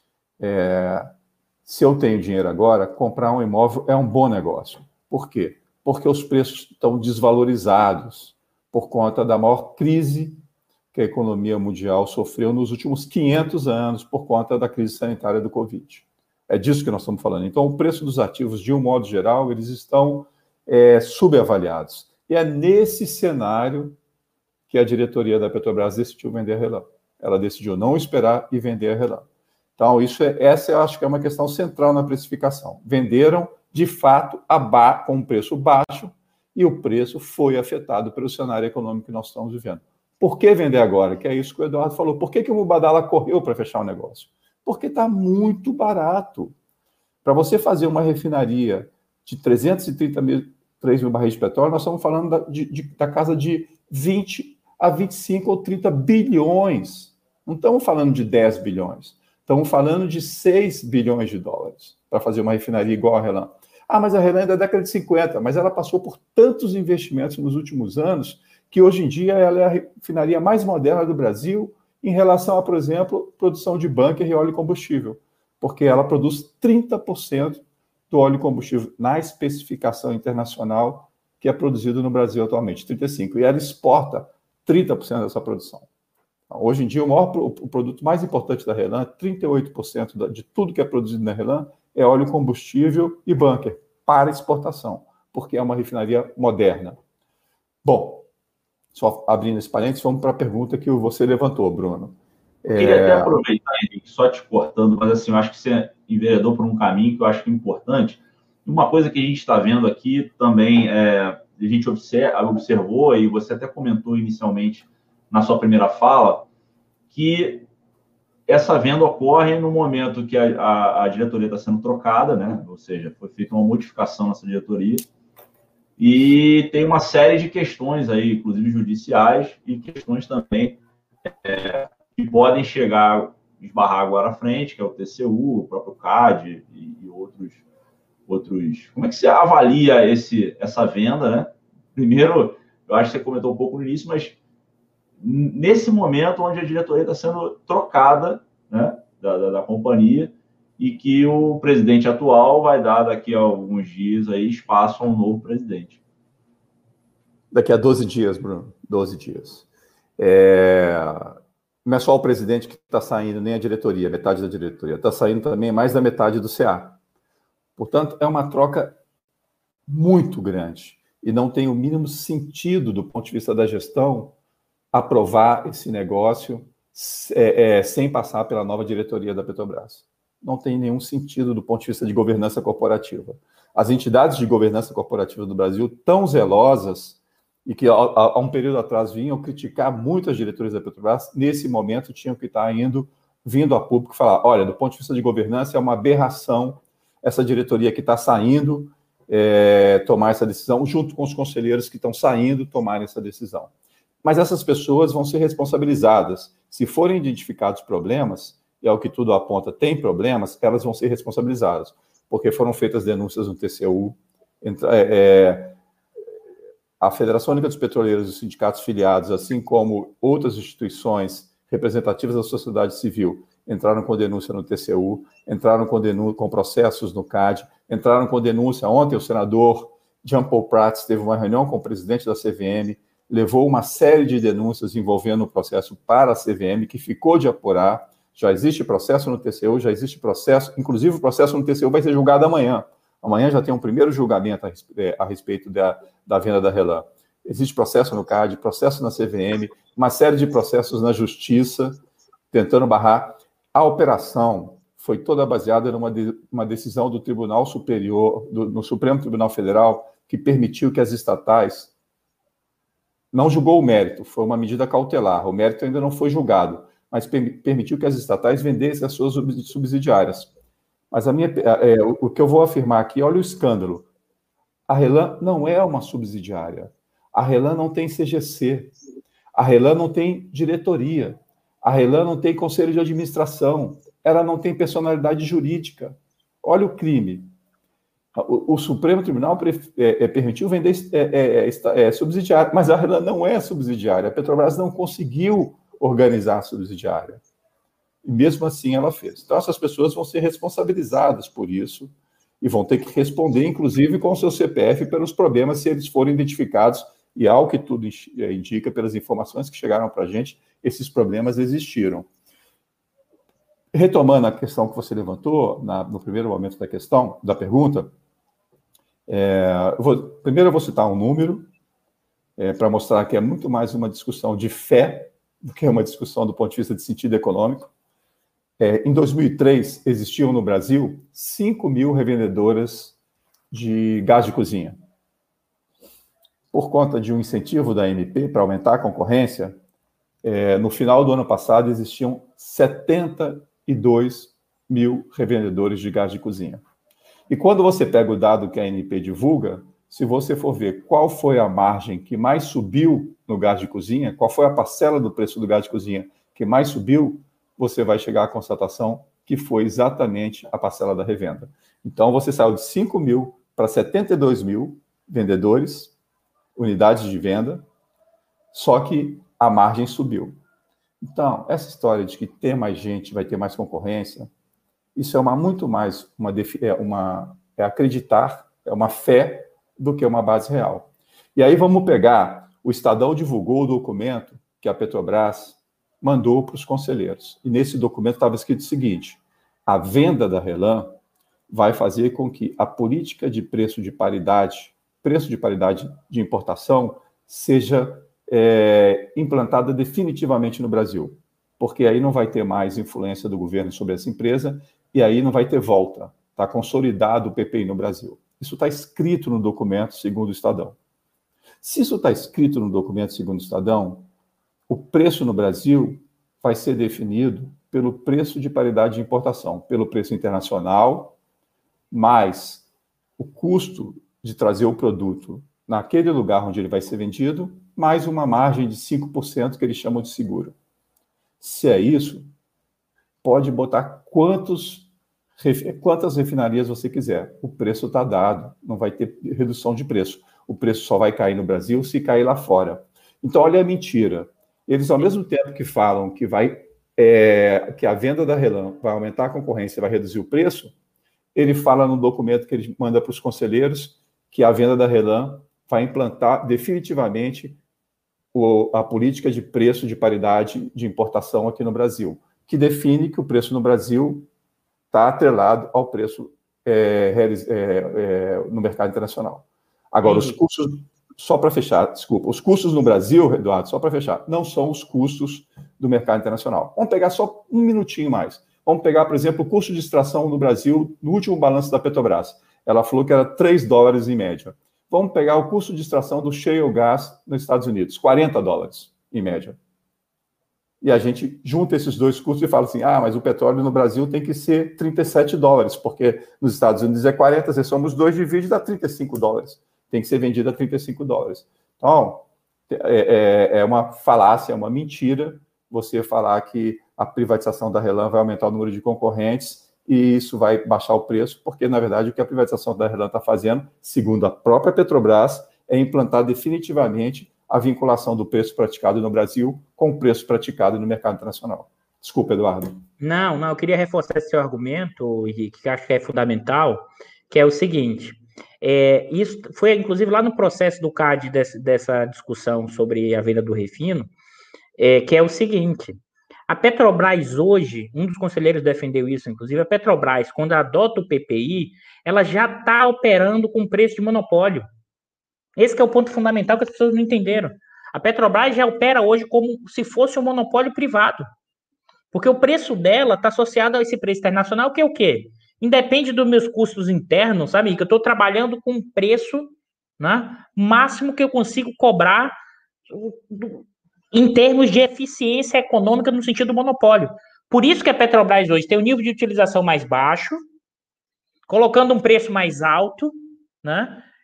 [SPEAKER 4] é, se eu tenho dinheiro agora, comprar um imóvel é um bom negócio. Por quê? Porque os preços estão desvalorizados por conta da maior crise que a economia mundial sofreu nos últimos quinhentos anos por conta da crise sanitária do Covid. É disso que nós estamos falando. Então, o preço dos ativos, de um modo geral, eles estão é, subavaliados. E é nesse cenário que a diretoria da Petrobras decidiu vender a RLAM. Ela decidiu não esperar e vender a RLAM. Então, isso é, essa eu acho que é uma questão central na precificação. Venderam, de fato, a com um preço baixo e o preço foi afetado pelo cenário econômico que nós estamos vivendo. Por que vender agora? Que é isso que o Eduardo falou. Por que, que o Mubadala correu para fechar o negócio? Porque está muito barato. Para você fazer uma refinaria de trezentos e trinta mil, três mil barris de petróleo, nós estamos falando da, de, de, da casa de vinte a vinte e cinco ou trinta bilhões. Não estamos falando de dez bilhões. Estamos falando de seis bilhões de dólares para fazer uma refinaria igual a RLAM. Ah, mas a RLAM é da década de cinquenta, mas ela passou por tantos investimentos nos últimos anos que hoje em dia ela é a refinaria mais moderna do Brasil em relação a, por exemplo, produção de bunker e óleo e combustível, porque ela produz trinta por cento do óleo e combustível na especificação internacional que é produzido no Brasil atualmente, trinta e cinco por cento, e ela exporta trinta por cento dessa produção. Hoje em dia, o, maior, o produto mais importante da RLAM, trinta e oito por cento de tudo que é produzido na RLAM, é óleo combustível e bunker para exportação, porque é uma refinaria moderna. Bom, só abrindo esse parênteses, vamos para a pergunta que você levantou, Bruno.
[SPEAKER 1] Eu queria é... até aproveitar, Henrique, só te cortando, mas assim, eu acho que você enveredou por um caminho que eu acho que é importante. Uma coisa que a gente está vendo aqui também, é, a gente observa, observou, e você até comentou inicialmente na sua primeira fala, que essa venda ocorre no momento que a, a, a diretoria está sendo trocada, né? Ou seja, foi feita uma modificação nessa diretoria, e tem uma série de questões aí, inclusive judiciais, e questões também é, que podem chegar, esbarrar agora à frente, que é o T C U, o próprio C A D e, e outros, outros... Como é que você avalia esse, essa venda, né? Primeiro, eu acho que você comentou um pouco no início, mas nesse momento onde a diretoria está sendo trocada, né, da, da, da companhia, e que o presidente atual vai dar daqui a alguns dias aí espaço a um novo presidente.
[SPEAKER 4] Daqui a doze dias, Bruno, doze dias. É... Não é só o presidente que está saindo, nem a diretoria, metade da diretoria, está saindo também mais da metade do C A. Portanto, é uma troca muito grande e não tem o mínimo sentido do ponto de vista da gestão aprovar esse negócio é, é, sem passar pela nova diretoria da Petrobras. Não tem nenhum sentido do ponto de vista de governança corporativa. As entidades de governança corporativa do Brasil, tão zelosas, e que há um período atrás vinham criticar muito as diretorias da Petrobras, nesse momento tinham que estar indo, vindo a público e falar, olha, do ponto de vista de governança é uma aberração essa diretoria que está saindo é, tomar essa decisão, junto com os conselheiros que estão saindo tomarem essa decisão. Mas essas pessoas vão ser responsabilizadas. Se forem identificados problemas, e é o que tudo aponta, tem problemas, elas vão ser responsabilizadas, porque foram feitas denúncias no T C U, é, a Federação Única dos Petroleiros e os sindicatos filiados, assim como outras instituições representativas da sociedade civil, entraram com denúncia no T C U, entraram com, denúncia, com processos no C A D, entraram com denúncia. Ontem o senador Jean Paul Prats teve uma reunião com o presidente da C V M, levou uma série de denúncias envolvendo o processo para a C V M, que ficou de apurar. Já existe processo no T C U, já existe processo, inclusive o processo no T C U vai ser julgado amanhã. Amanhã já tem um primeiro julgamento a, a respeito da, da venda da RLAM. Existe processo no C A D, processo na C V M, uma série de processos na Justiça, tentando barrar. A operação foi toda baseada numa de, uma decisão do Tribunal Superior, do, no Supremo Tribunal Federal, que permitiu que as estatais... Não julgou o mérito, foi uma medida cautelar. O mérito ainda não foi julgado, mas permitiu que as estatais vendessem as suas subsidiárias. Mas a minha, é, o que eu vou afirmar aqui, olha o escândalo. A RELAM não é uma subsidiária. A RELAM não tem C G C. A RELAM não tem diretoria. A RELAM não tem conselho de administração. Ela não tem personalidade jurídica. Olha o crime. O, o Supremo Tribunal é, é, permitiu vender é, é, é, é, subsidiária, mas a RELAM não é subsidiária. A Petrobras não conseguiu organizar a subsidiária. E mesmo assim ela fez. Então essas pessoas vão ser responsabilizadas por isso e vão ter que responder, inclusive, com o seu C P F pelos problemas, se eles forem identificados, e ao que tudo indica, pelas informações que chegaram para a gente, esses problemas existiram. Retomando a questão que você levantou, na, no primeiro momento da questão, da pergunta, é, eu vou, primeiro eu vou citar um número, é, para mostrar que é muito mais uma discussão de fé do que uma discussão do ponto de vista de sentido econômico. É, em dois mil e três, existiam no Brasil cinco mil revendedoras de gás de cozinha. Por conta de um incentivo da A N P para aumentar a concorrência, é, no final do ano passado existiam setenta e dois mil revendedores de gás de cozinha. E quando você pega o dado que a A N P divulga, se você for ver qual foi a margem que mais subiu no gás de cozinha, qual foi a parcela do preço do gás de cozinha que mais subiu, você vai chegar à constatação que foi exatamente a parcela da revenda. Então, você saiu de cinco mil para setenta e dois mil vendedores, unidades de venda, só que a margem subiu. Então, essa história de que ter mais gente vai ter mais concorrência, isso é uma, muito mais uma, é uma é acreditar, é uma fé do que uma base real. E aí vamos pegar, o Estadão divulgou o documento que a Petrobras mandou para os conselheiros. E nesse documento estava escrito o seguinte: a venda da RELAM vai fazer com que a política de preço de paridade, preço de paridade de importação, seja é, implantada definitivamente no Brasil. Porque aí não vai ter mais influência do governo sobre essa empresa e aí não vai ter volta. Está consolidado o P P I no Brasil. Isso está escrito no documento, segundo o Estadão. Se isso está escrito no documento, segundo o Estadão, o preço no Brasil vai ser definido pelo preço de paridade de importação, pelo preço internacional, mais o custo de trazer o produto naquele lugar onde ele vai ser vendido, mais uma margem de cinco por cento que eles chamam de seguro. Se é isso, pode botar quantos, quantas refinarias você quiser. O preço está dado, não vai ter redução de preço. O preço só vai cair no Brasil se cair lá fora. Então, olha a mentira. Eles, ao mesmo tempo que falam que, vai, é, que a venda da RELAM vai aumentar a concorrência, vai reduzir o preço, ele fala no documento que ele manda para os conselheiros que a venda da RELAM vai implantar definitivamente o, a política de preço de paridade de importação aqui no Brasil, que define que o preço no Brasil está atrelado ao preço é, é, é, no mercado internacional. Agora, os custos... Só para fechar, desculpa, os custos no Brasil, Eduardo, só para fechar, não são os custos do mercado internacional. Vamos pegar só um minutinho mais. Vamos pegar, por exemplo, o custo de extração no Brasil, no último balanço da Petrobras. Ela falou que era três dólares em média. Vamos pegar o custo de extração do shale gas nos Estados Unidos, quarenta dólares em média. E a gente junta esses dois custos e fala assim, ah, mas o petróleo no Brasil tem que ser trinta e sete dólares, porque nos Estados Unidos é quarenta, se somos dois, divide, dá trinta e cinco dólares. Tem que ser vendida a trinta e cinco dólares. Então, é, é, é uma falácia, é uma mentira você falar que a privatização da RELAM vai aumentar o número de concorrentes e isso vai baixar o preço, porque, na verdade, o que a privatização da RELAM está fazendo, segundo a própria Petrobras, é implantar definitivamente a vinculação do preço praticado no Brasil com o preço praticado no mercado internacional. Desculpa, Eduardo.
[SPEAKER 3] Não, não, eu queria reforçar esse seu argumento, Henrique, que eu acho que é fundamental, que é o seguinte... É, isso foi, inclusive, lá no processo do C A D desse, dessa discussão sobre a venda do refino, é, que é o seguinte, a Petrobras hoje, um dos conselheiros defendeu isso, inclusive, a Petrobras, quando adota o P P I, ela já está operando com preço de monopólio. Esse que é o ponto fundamental que as pessoas não entenderam. A Petrobras já opera hoje como se fosse um monopólio privado, porque o preço dela está associado a esse preço internacional, que é o quê? Independe dos meus custos internos, sabe? Que eu estou trabalhando com um preço, né, máximo que eu consigo cobrar em termos de eficiência econômica no sentido do monopólio. Por isso que a Petrobras hoje tem um nível de utilização mais baixo, colocando um preço mais alto, né?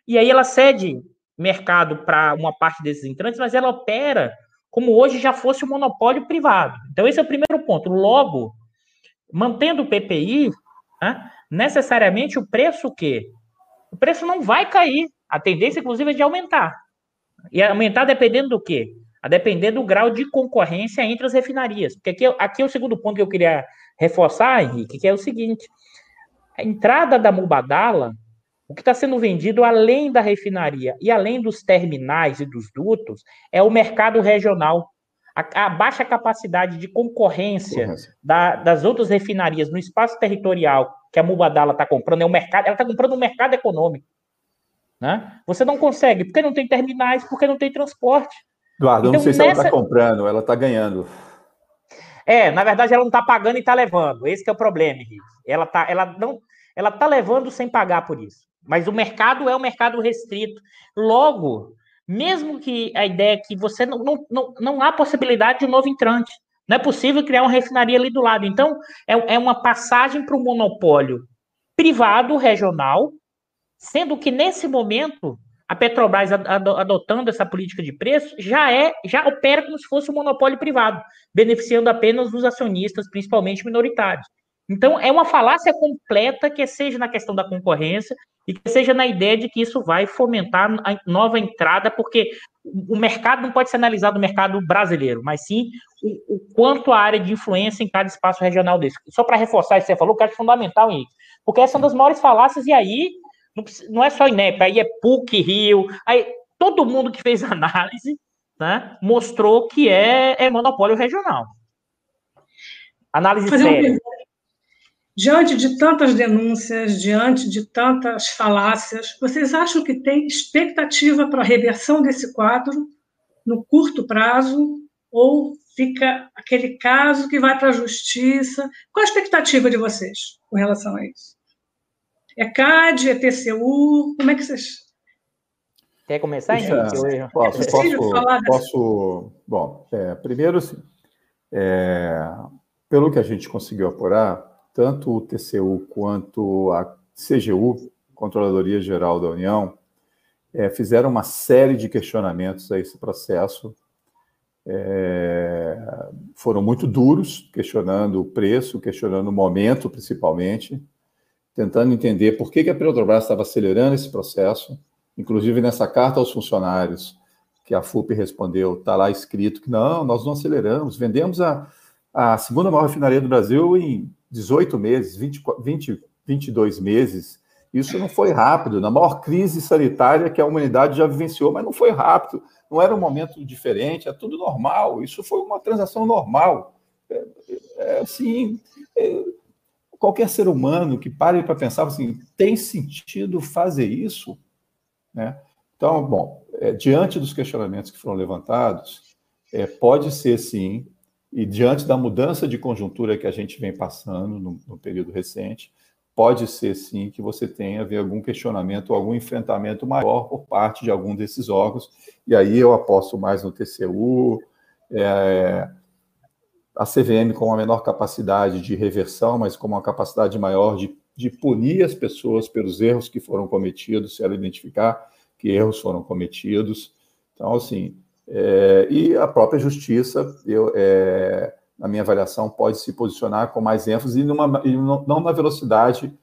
[SPEAKER 3] e aí ela cede mercado para uma parte desses entrantes, mas ela opera como hoje já fosse um monopólio privado. Então, esse é o primeiro ponto. Logo, mantendo o P P I, né, necessariamente o preço o quê? O preço não vai cair. A tendência, inclusive, é de aumentar. E aumentar dependendo do quê? A depender do grau de concorrência entre as refinarias. Porque aqui, aqui é o segundo ponto que eu queria reforçar, Henrique, que é o seguinte. A entrada da Mubadala, o que está sendo vendido além da refinaria e além dos terminais e dos dutos, é o mercado regional. A, a baixa capacidade de concorrência da, das outras refinarias no espaço territorial que a Mubadala está comprando, é o mercado, ela está comprando um mercado econômico. Né? Você não consegue, porque não tem terminais, porque não tem transporte.
[SPEAKER 4] Eduardo,
[SPEAKER 3] então,
[SPEAKER 4] eu não sei
[SPEAKER 3] nessa...
[SPEAKER 4] se ela está comprando, ela está ganhando.
[SPEAKER 3] É, na verdade, ela não está pagando e está levando. Esse que é o problema, Henrique. Ela tá, ela não, ela está levando sem pagar por isso. Mas o mercado é um mercado restrito. Logo, mesmo que a ideia é que você não, não, não, não há possibilidade de um novo entrante. Não é possível criar uma refinaria ali do lado. Então, é, é uma passagem para o monopólio privado, regional, sendo que, nesse momento, a Petrobras adotando essa política de preço já é, já opera como se fosse um monopólio privado, beneficiando apenas os acionistas, principalmente minoritários. Então, é uma falácia completa, que seja na questão da concorrência e que seja na ideia de que isso vai fomentar a nova entrada, porque o mercado não pode ser analisado no mercado brasileiro, mas sim o, o quanto a área de influência em cada espaço regional desse. Só para reforçar isso que você falou, que eu acho fundamental, Henrique, porque essa é uma das maiores falácias, e aí não é só INEP, aí é P U C, Rio, aí todo mundo que fez análise, né, mostrou que é, é monopólio regional. Análise séria.
[SPEAKER 2] Diante de tantas denúncias, diante de tantas falácias, vocês acham que tem expectativa para a reversão desse quadro no curto prazo, ou fica aquele caso que vai para a justiça? Qual a expectativa de vocês com relação a isso? É C A D, é T C U? Como é que vocês...
[SPEAKER 3] Quer começar,
[SPEAKER 4] Puxa,
[SPEAKER 3] Henrique?
[SPEAKER 4] Posso,
[SPEAKER 2] é possível
[SPEAKER 4] posso,
[SPEAKER 2] falar dessa...
[SPEAKER 4] posso... Bom, é, primeiro, assim, é, pelo que a gente conseguiu apurar, tanto o T C U quanto a C G U, Controladoria Geral da União, é, fizeram uma série de questionamentos a esse processo. É, foram muito duros, questionando o preço, questionando o momento, principalmente, tentando entender por que, que a Petrobras estava acelerando esse processo. Inclusive, nessa carta aos funcionários, que a F U P respondeu, está lá escrito que não, nós não aceleramos, vendemos a, a segunda maior refinaria do Brasil em dezoito meses, vinte, vinte, vinte e dois meses. Isso não foi rápido, na maior crise sanitária que a humanidade já vivenciou, mas não foi rápido, não era um momento diferente, é tudo normal, isso foi uma transação normal. É, é, assim, é, qualquer ser humano que pare para pensar assim, tem sentido fazer isso? Né? Então, bom, é, diante dos questionamentos que foram levantados, é, pode ser sim, e diante da mudança de conjuntura que a gente vem passando no, no período recente, pode ser sim que você tenha ver algum questionamento, algum enfrentamento maior por parte de algum desses órgãos, e aí eu aposto mais no T C U, é, a C V M com uma menor capacidade de reversão, mas com uma capacidade maior de, de punir as pessoas pelos erros que foram cometidos, se ela identificar que erros foram cometidos. Então, assim, é, e a própria justiça, eu, é, na minha avaliação, pode se posicionar com mais ênfase e, numa, e não numa velocidade,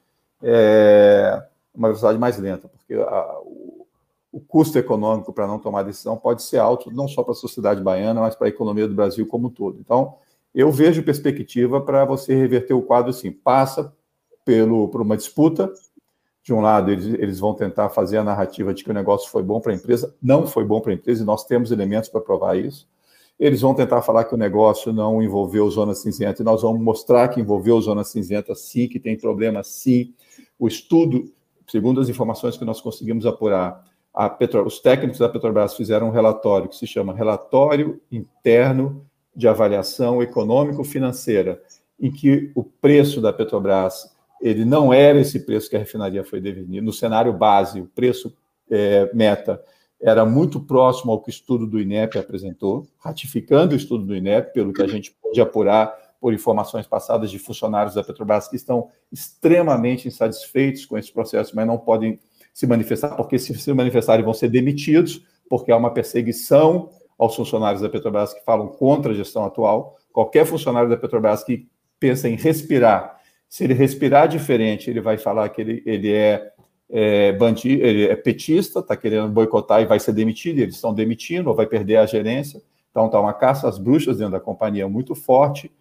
[SPEAKER 4] é, uma velocidade mais lenta, porque a, o, o custo econômico para não tomar decisão pode ser alto, não só para a sociedade baiana, mas para a economia do Brasil como um todo. Então, eu vejo perspectiva para você reverter o quadro assim, passa pelo, por uma disputa. De um lado, eles, eles vão tentar fazer a narrativa de que o negócio foi bom para a empresa, não foi bom para a empresa, e nós temos elementos para provar isso. Eles vão tentar falar que o negócio não envolveu zona cinzenta, e nós vamos mostrar que envolveu zona cinzenta sim, que tem problema sim. O estudo, segundo as informações que nós conseguimos apurar, a Petro, os técnicos da Petrobras fizeram um relatório que se chama Relatório Interno de Avaliação Econômico-Financeira, em que o preço da Petrobras, ele não era esse preço que a refinaria foi definida. No cenário base, o preço é, meta era muito próximo ao que o estudo do INEP apresentou, ratificando o estudo do INEP, pelo que a gente pôde apurar por informações passadas de funcionários da Petrobras que estão extremamente insatisfeitos com esse processo, mas não podem se manifestar, porque se se manifestarem vão ser demitidos, porque há uma perseguição aos funcionários da Petrobras que falam contra a gestão atual. Qualquer funcionário da Petrobras que pensa em respirar, se ele respirar diferente, ele vai falar que ele, ele é, é bandido, ele é petista, está querendo boicotar e vai ser demitido, e eles estão demitindo, ou vai perder a gerência. Então está uma caça às bruxas dentro da companhia muito forte.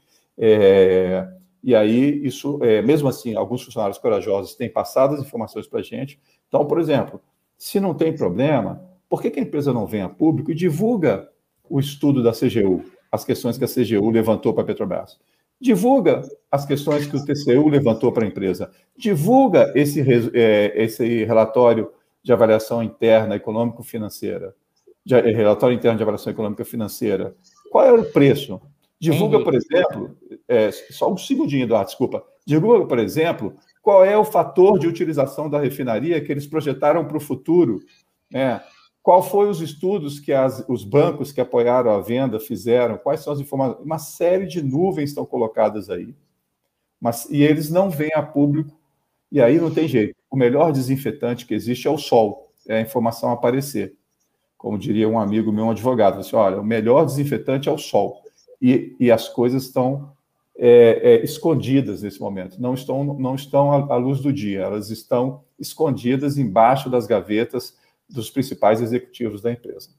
[SPEAKER 4] É, e aí, isso, é, mesmo assim, alguns funcionários corajosos têm passado as informações para a gente. Então, por exemplo, se não tem problema, por que, que a empresa não vem a público e divulga o estudo da C G U, as questões que a C G U levantou para a Petrobras? Divulga as questões que o T C U levantou para a empresa. Divulga esse, é, esse relatório de avaliação interna econômico-financeira, de, relatório interno de avaliação econômica financeira. Qual era o preço? Divulga, por exemplo, é, só um segundinho, Eduardo, desculpa. Divulga, por exemplo, qual é o fator de utilização da refinaria que eles projetaram para o futuro, né? Qual foi os estudos que as, os bancos que apoiaram a venda fizeram? Quais são as informações? Uma série de nuvens estão colocadas aí. Mas, e eles não vêm a público, e aí não tem jeito. O melhor desinfetante que existe é o sol, é a informação aparecer. Como diria um amigo meu, um advogado, assim, olha, o melhor desinfetante é o sol. E, e as coisas estão é, é, escondidas nesse momento, não estão, não estão à, à luz do dia, elas estão escondidas embaixo das gavetas dos principais executivos da empresa.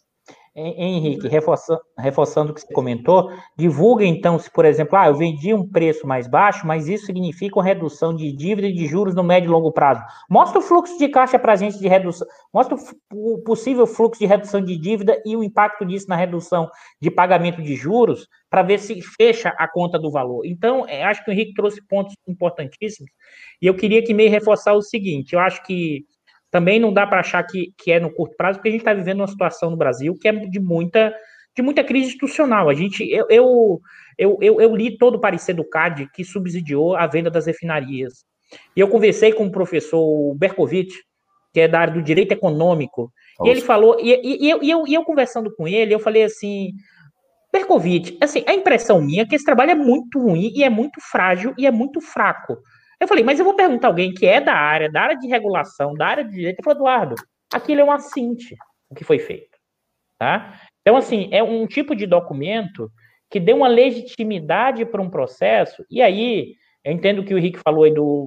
[SPEAKER 3] Henrique, reforçando, reforçando o que você comentou, divulga então se, por exemplo, ah, eu vendi um preço mais baixo, mas isso significa uma redução de dívida e de juros no médio e longo prazo. Mostra o fluxo de caixa para a gente de redução, mostra o possível fluxo de redução de dívida e o impacto disso na redução de pagamento de juros, para ver se fecha a conta do valor. Então, acho que o Henrique trouxe pontos importantíssimos, e eu queria que meio reforçar o seguinte, eu acho que também não dá para achar que, que é no curto prazo, porque a gente está vivendo uma situação no Brasil que é de muita, de muita crise institucional. A gente, eu, eu, eu, eu, eu li todo o parecer do C A D que subsidiou a venda das refinarias. E eu conversei com o professor Berkovitch, que é da área do direito econômico, Nossa. e ele falou, e, e, e, eu, e, eu, e eu conversando com ele, eu falei assim, Berkovitch, assim, a impressão minha é que esse trabalho é muito ruim e é muito frágil e é muito fraco. Eu falei, mas eu vou perguntar a alguém que é da área, da área de regulação, da área de direito. Ele falou, Eduardo, aquilo é um assinte, o que foi feito. Tá? Então, assim, é um tipo de documento que deu uma legitimidade para um processo, e aí, eu entendo que o Henrique falou aí do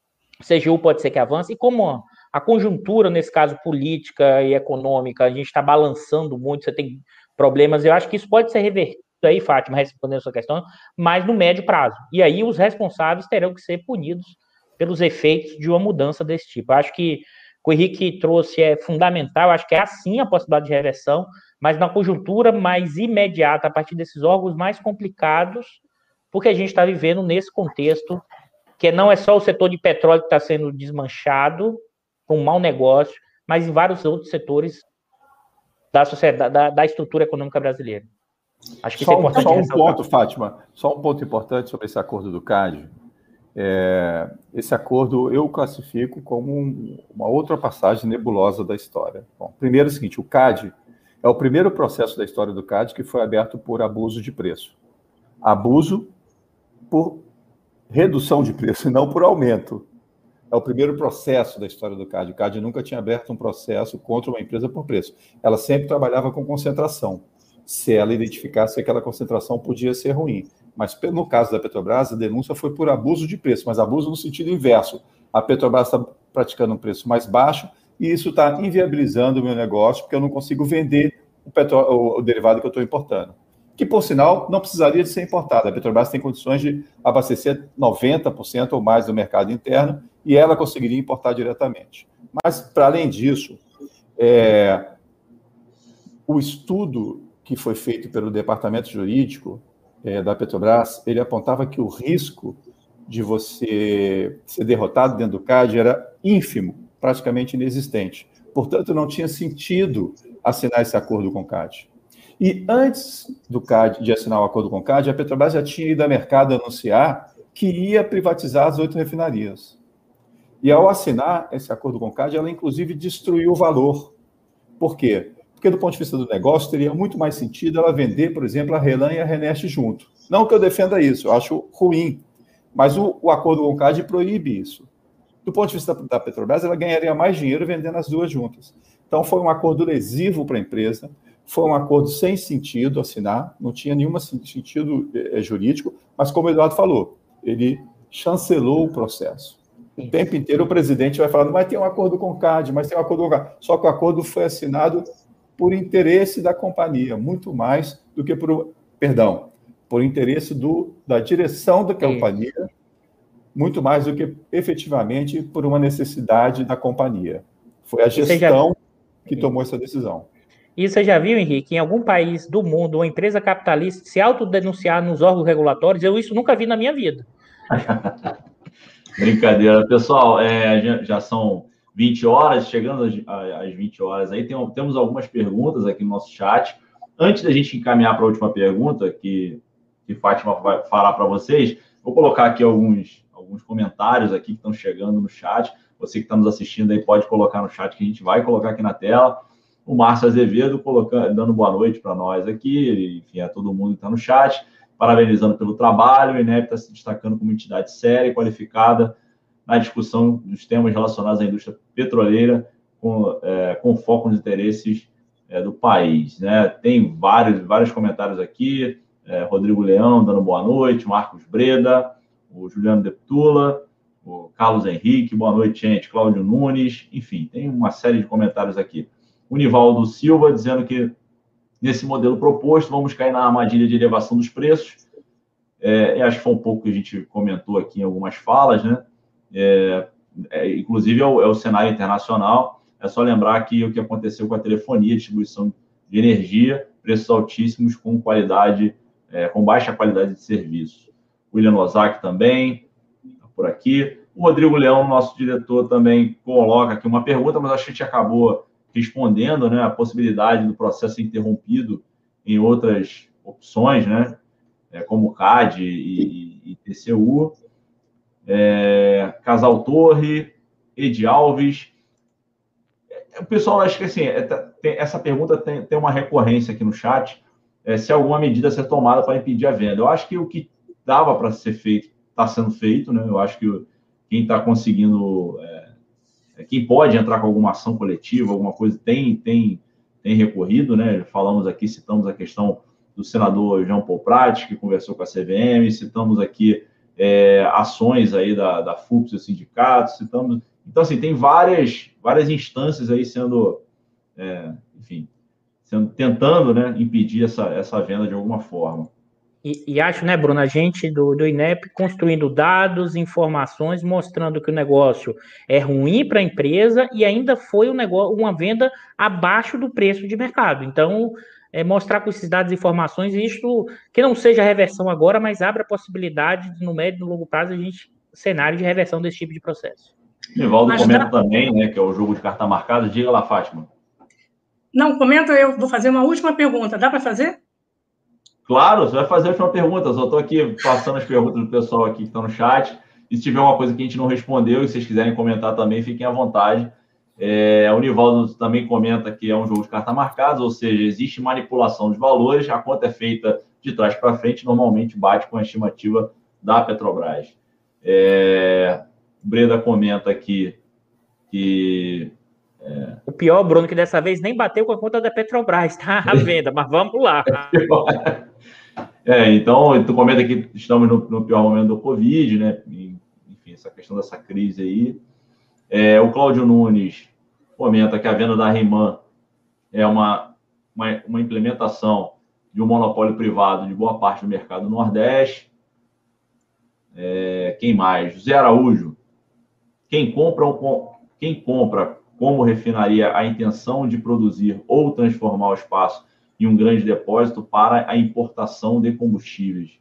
[SPEAKER 3] C G U pode ser que avance, e como a conjuntura, nesse caso, política e econômica, a gente está balançando muito, você tem problemas, eu acho que isso pode ser revertido aí, Fátima, respondendo a sua questão, mas no médio prazo. E aí os responsáveis terão que ser punidos pelos efeitos de uma mudança desse tipo. Eu acho que o que o Henrique trouxe é fundamental, eu acho que é assim a possibilidade de reversão, mas na conjuntura mais imediata, a partir desses órgãos mais complicados, porque a gente está vivendo nesse contexto, que não é só o setor de petróleo que está sendo desmanchado, com um mau negócio, mas em vários outros setores da sociedade, da, da estrutura econômica brasileira. Acho que
[SPEAKER 4] só,
[SPEAKER 3] isso é importante.
[SPEAKER 4] Só um ressaltar. ponto, Fátima, só um ponto importante sobre esse acordo do C A D. É, esse acordo eu classifico como um, uma outra passagem nebulosa da história. Bom, primeiro é o seguinte, o C A D é o primeiro processo da história do C A D que foi aberto por abuso de preço. Abuso por redução de preço e não por aumento. É o primeiro processo da história do C A D. O C A D nunca tinha aberto um processo contra uma empresa por preço. Ela sempre trabalhava com concentração, se ela identificasse que aquela concentração podia ser ruim. Mas, no caso da Petrobras, a denúncia foi por abuso de preço, mas abuso no sentido inverso. A Petrobras está praticando um preço mais baixo e isso está inviabilizando o meu negócio, porque eu não consigo vender o, petróleo, o, o derivado que eu estou importando. Que, por sinal, não precisaria de ser importado. A Petrobras tem condições de abastecer noventa por cento ou mais do mercado interno e ela conseguiria importar diretamente. Mas, para além disso, é, o estudo que foi feito pelo departamento jurídico é, da Petrobras, ele apontava que o risco de você ser derrotado dentro do C A D era ínfimo, praticamente inexistente. Portanto, não tinha sentido assinar esse acordo com o C A D. E antes do C A D, de assinar o acordo com o C A D, a Petrobras já tinha ido ao mercado anunciar que ia privatizar as oito refinarias. E ao assinar esse acordo com o C A D, ela inclusive destruiu o valor. Por quê? Porque, do ponto de vista do negócio, teria muito mais sentido ela vender, por exemplo, a Relan e a Renest junto. Não que eu defenda isso, eu acho ruim, mas o, o acordo com o C A D proíbe isso. do ponto de vista da Petrobras, ela ganharia mais dinheiro vendendo as duas juntas. Então, foi um acordo lesivo para a empresa, foi um acordo sem sentido assinar, não tinha nenhum sentido é, jurídico, mas como o Eduardo falou, ele chancelou o processo. O tempo inteiro o presidente vai falando, mas tem um acordo com o C A D, mas tem um acordo com o C A D. Só que o acordo foi assinado por interesse da companhia, muito mais do que por, perdão, por interesse do, da direção da companhia, muito mais do que efetivamente por uma necessidade da companhia. Foi a gestão já... que tomou essa decisão.
[SPEAKER 3] E você já viu, Henrique, em algum país do mundo, uma empresa capitalista se autodenunciar nos órgãos regulatórios? Eu isso nunca vi na minha vida.
[SPEAKER 1] Brincadeira. Pessoal, é, já, já são vinte horas, chegando às, às vinte horas aí, tem, temos algumas perguntas aqui no nosso chat. Antes da gente encaminhar para a última pergunta, que, que Fátima vai falar para vocês, vou colocar aqui alguns, alguns comentários aqui que estão chegando no chat. Você que está nos assistindo aí pode colocar no chat que a gente vai colocar aqui na tela. O Márcio Azevedo colocando, dando boa noite para nós aqui, enfim, a todo mundo que está no chat, parabenizando pelo trabalho. O INEP está se destacando como entidade séria e qualificada na discussão dos temas relacionados à indústria petroleira, com, é, com foco nos interesses é, do país, né? Tem vários, vários comentários aqui, é, Rodrigo Leão dando boa noite, Marcos Breda, o Juliano Deptula, o Carlos Henrique, boa noite, gente, Cláudio Nunes, enfim, tem uma série de comentários aqui. O Nivaldo Silva dizendo que nesse modelo proposto vamos cair na armadilha de elevação dos preços. É, acho que foi um pouco que a gente comentou aqui em algumas falas, né? É, é, inclusive é o, é o cenário internacional. É só lembrar que o que aconteceu com a telefonia, distribuição de energia, preços altíssimos com qualidade, é, com baixa qualidade de serviço. O William Lozak também, tá por aqui. O Rodrigo Leão, nosso diretor, também coloca aqui uma pergunta, mas acho que a gente acabou respondendo, né, a possibilidade do processo ser interrompido em outras opções, né, é, como C A D e, e, e T C U. É, Casal Torre, Edi Alves. É, o pessoal, acho que assim, é, tem, essa pergunta tem, tem uma recorrência aqui no chat, é, se alguma medida ser tomada para impedir a venda. Eu acho que o que dava para ser feito está sendo feito, né? Eu acho que o, quem está conseguindo... É, quem pode entrar com alguma ação coletiva, alguma coisa, tem, tem, tem recorrido, né? Falamos aqui, citamos a questão do senador Jean Paul Prats, que conversou com a C V M, citamos aqui é, ações aí da, da F U P S e do sindicato, citamos... Então, assim, tem várias, várias instâncias aí sendo, é, enfim, sendo, tentando, né, impedir essa, essa venda de alguma forma.
[SPEAKER 3] E, e acho, né, Bruno, a gente do, do INEP construindo dados, informações, mostrando que o negócio é ruim para a empresa e ainda foi um negócio, uma venda abaixo do preço de mercado. Então, é, mostrar com esses dados e informações, isto que não seja reversão agora, mas abre a possibilidade de, no médio e no longo prazo, a gente cenário de reversão desse tipo de processo.
[SPEAKER 1] Nivaldo comenta dá... também, né, que é o jogo de carta marcada. Diga lá, Fátima.
[SPEAKER 2] Não, comenta, eu vou fazer uma última pergunta. Dá para fazer?
[SPEAKER 1] Claro, você vai fazer a última pergunta. Eu só estou aqui passando as perguntas do pessoal aqui que está no chat. E se tiver uma coisa que a gente não respondeu e vocês quiserem comentar também, fiquem à vontade. É, o Nivaldo também comenta que é um jogo de carta marcada, ou seja, existe manipulação de valores, a conta é feita de trás para frente, normalmente bate com a estimativa da Petrobras. É, o Breda comenta aqui que... É...
[SPEAKER 3] O pior, Bruno, que dessa vez nem bateu com a conta da Petrobras, tá? A venda, mas vamos lá.
[SPEAKER 1] É, então, tu comenta que estamos no, no pior momento do Covid, né? Enfim, essa questão dessa crise aí. É, o Cláudio Nunes comenta que a venda da RIMAN é uma, uma, uma implementação de um monopólio privado de boa parte do mercado do Nordeste. É, quem mais? José Araújo. Quem compra, quem compra como refinaria a intenção de produzir ou transformar o espaço em um grande depósito para a importação de combustíveis.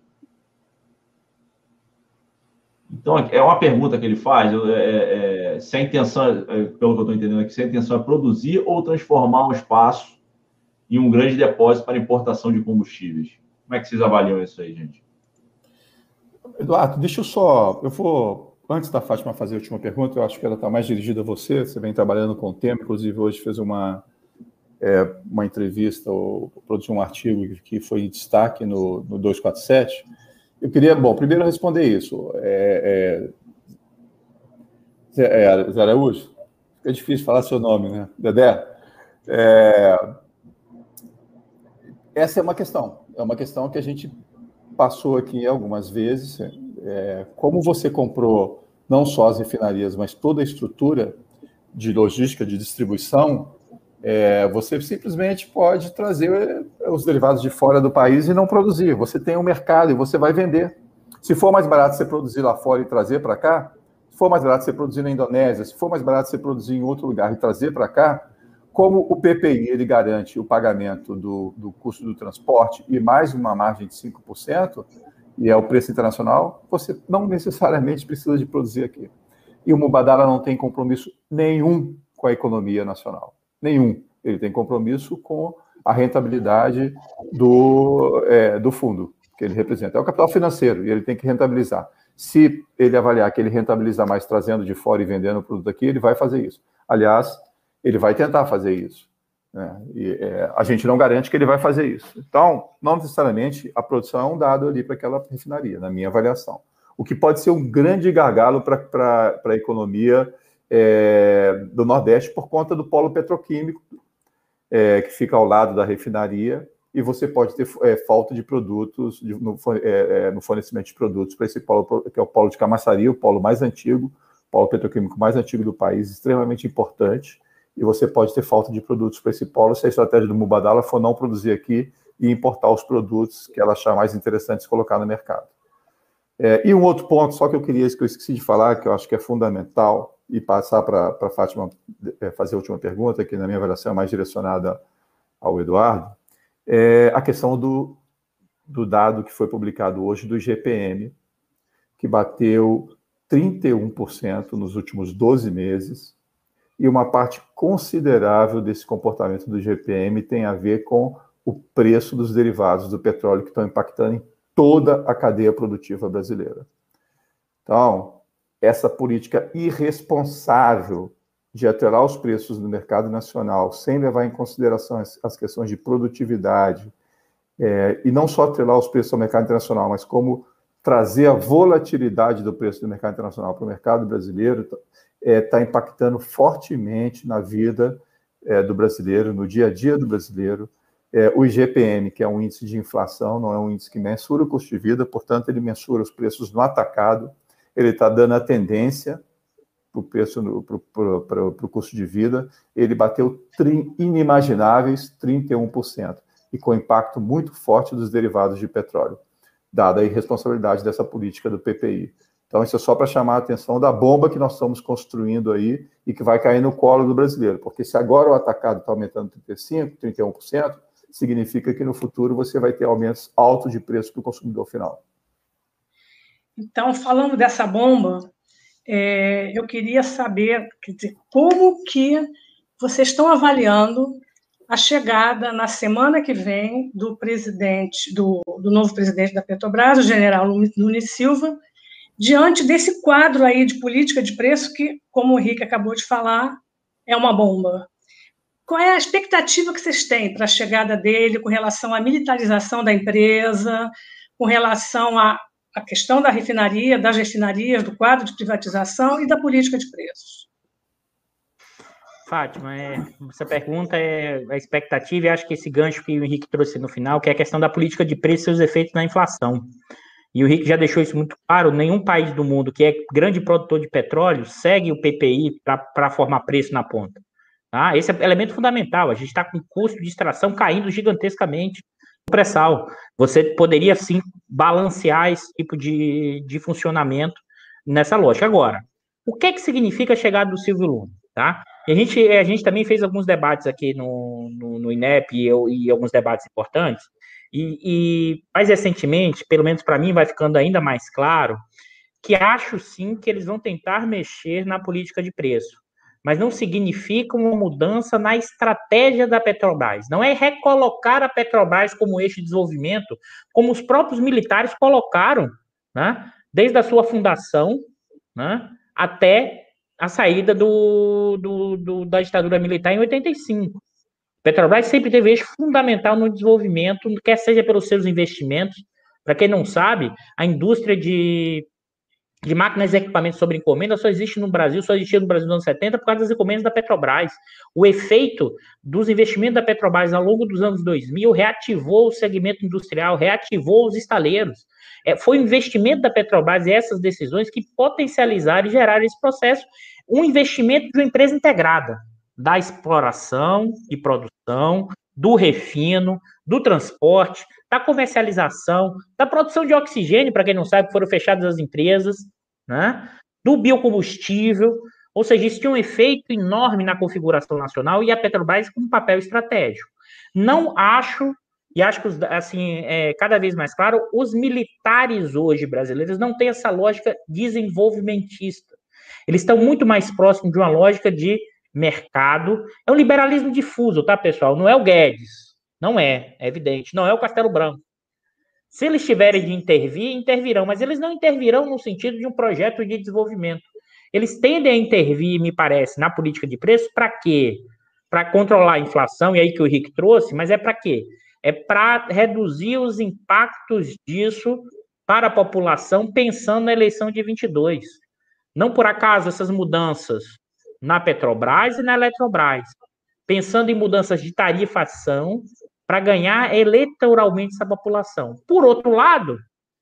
[SPEAKER 1] Então, é uma pergunta que ele faz, é, é, se a intenção, é, pelo que eu estou entendendo aqui, se a intenção é produzir ou transformar o espaço em um grande depósito para importação de combustíveis. Como é que vocês avaliam isso aí, gente?
[SPEAKER 4] Eduardo, deixa eu só... Eu vou... Antes da Fátima fazer a última pergunta, eu acho que ela está mais dirigida a você, você vem trabalhando com o tema, inclusive hoje fez uma, é, uma entrevista, ou produziu um artigo que foi em destaque no, no duzentos e quarenta e sete. Eu queria, bom, primeiro responder isso. É, é, Zé, é, Zé Araújo, fica difícil falar seu nome, né? Dedé, é, essa é uma questão, é uma questão que a gente passou aqui algumas vezes. É, como você comprou não só as refinarias, mas toda a estrutura de logística, de distribuição, é, você simplesmente pode trazer os derivados de fora do país e não produzir. Você tem um mercado e você vai vender. Se for mais barato você produzir lá fora e trazer para cá, se for mais barato você produzir na Indonésia, se for mais barato você produzir em outro lugar e trazer para cá, como o P P I ele garante o pagamento do, do custo do transporte e mais uma margem de cinco por cento, e é o preço internacional, você não necessariamente precisa de produzir aqui. E o Mubadala não tem compromisso nenhum com a economia nacional. Nenhum. Ele tem compromisso com a rentabilidade do, é, do fundo que ele representa. É o capital financeiro e ele tem que rentabilizar. Se ele avaliar que ele rentabiliza mais trazendo de fora e vendendo o produto aqui, ele vai fazer isso. Aliás, ele vai tentar fazer isso. Né? E, é, a gente não garante que ele vai fazer isso. Então, não necessariamente a produção é um dado ali para aquela refinaria, na minha avaliação. O que pode ser um grande gargalo para a economia é, do Nordeste por conta do polo petroquímico, é, que fica ao lado da refinaria, e você pode ter é, falta de produtos, de, no, é, no fornecimento de produtos para esse polo, que é o polo de Camaçari, o polo mais antigo, o polo petroquímico mais antigo do país, extremamente importante, e você pode ter falta de produtos para esse polo se a estratégia do Mubadala for não produzir aqui e importar os produtos que ela achar mais interessantes colocar no mercado. É, e um outro ponto, só que eu queria, que eu esqueci de falar, que eu acho que é fundamental, e passar para a Fátima fazer a última pergunta, que na minha avaliação é mais direcionada ao Eduardo, é a questão do, do dado que foi publicado hoje do I G P M, que bateu trinta e um por cento nos últimos doze meses, e uma parte considerável desse comportamento do I G P M tem a ver com o preço dos derivados do petróleo que estão impactando em toda a cadeia produtiva brasileira. Então, essa política irresponsável de atrelar os preços no mercado nacional, sem levar em consideração as, as questões de produtividade, é, e não só atrelar os preços ao mercado internacional, mas como trazer a volatilidade do preço do mercado internacional para o mercado brasileiro, está é, tá impactando fortemente na vida é, do brasileiro, no dia a dia do brasileiro. É, o I G P M, que é um índice de inflação, não é um índice que mensura o custo de vida, portanto, ele mensura os preços no atacado, ele está dando a tendência para o preço, para o custo de vida, ele bateu tri, inimagináveis trinta e um por cento, e com impacto muito forte dos derivados de petróleo, dada a irresponsabilidade dessa política do P P I. Então, isso é só para chamar a atenção da bomba que nós estamos construindo aí e que vai cair no colo do brasileiro, porque se agora o atacado está aumentando trinta e cinco por cento, trinta e um por cento, significa que no futuro você vai ter aumentos altos de preço para o consumidor final.
[SPEAKER 2] Então, falando dessa bomba, é, eu queria saber, quer dizer, como que vocês estão avaliando a chegada na semana que vem do presidente, do, do novo presidente da Petrobras, o general Nunes Silva, diante desse quadro aí de política de preço que, como o Henrique acabou de falar, é uma bomba. Qual é a expectativa que vocês têm para a chegada dele com relação à militarização da empresa, com relação à, à questão da refinaria, das refinarias, do quadro de privatização e da política de preços?
[SPEAKER 3] Fátima, é, essa pergunta é a expectativa, e acho que esse gancho que o Henrique trouxe no final, que é a questão da política de preços e seus efeitos na inflação. E o Henrique já deixou isso muito claro, nenhum país do mundo que é grande produtor de petróleo segue o P P I para formar preço na ponta. Tá? Esse é o elemento fundamental, a gente está com o custo de extração caindo gigantescamente no pré-sal. Você poderia, sim, balancear esse tipo de, de funcionamento nessa lógica. Agora, o que, é que significa a chegada do Silvio Luna? Tá? E a, gente, a gente também fez alguns debates aqui no, no, no I N E P e, e alguns debates importantes, e, e mais recentemente, pelo menos para mim, vai ficando ainda mais claro que acho sim que eles vão tentar mexer na política de preço, mas não significa uma mudança na estratégia da Petrobras. Não é recolocar a Petrobras como eixo de desenvolvimento, como os próprios militares colocaram, né, desde a sua fundação, né, até a saída do, do, do, da ditadura militar em oitenta e cinco. Petrobras sempre teve eixo fundamental no desenvolvimento, quer seja pelos seus investimentos. Para quem não sabe, a indústria de, de máquinas e equipamentos sobre encomenda só existe no Brasil, só existia no Brasil nos anos setenta por causa das encomendas da Petrobras. O efeito dos investimentos da Petrobras ao longo dos anos dois mil reativou o segmento industrial, reativou os estaleiros. É, foi o investimento da Petrobras e essas decisões que potencializaram e geraram esse processo. Um investimento de uma empresa integrada, da exploração e produção, do refino, do transporte, da comercialização, da produção de oxigênio, para quem não sabe, foram fechadas as empresas, né? Do biocombustível, ou seja, isso tinha um efeito enorme na configuração nacional e a Petrobras com um papel estratégico. Não acho, e acho que, assim, é cada vez mais claro, os militares hoje brasileiros não têm essa lógica desenvolvimentista. Eles estão muito mais próximos de uma lógica de mercado. É um liberalismo difuso, tá, pessoal? Não é o Guedes. Não é, é evidente. Não é o Castelo Branco. Se eles tiverem de intervir, intervirão, mas eles não intervirão no sentido de um projeto de desenvolvimento. Eles tendem a intervir, me parece, na política de preço, para quê? Para controlar a inflação, e aí que o Henrique trouxe, mas é para quê? É para reduzir os impactos disso para a população, pensando na eleição de vinte e dois. Não por acaso essas mudanças na Petrobras e na Eletrobras, pensando em mudanças de tarifação para ganhar eleitoralmente essa população. Por outro lado,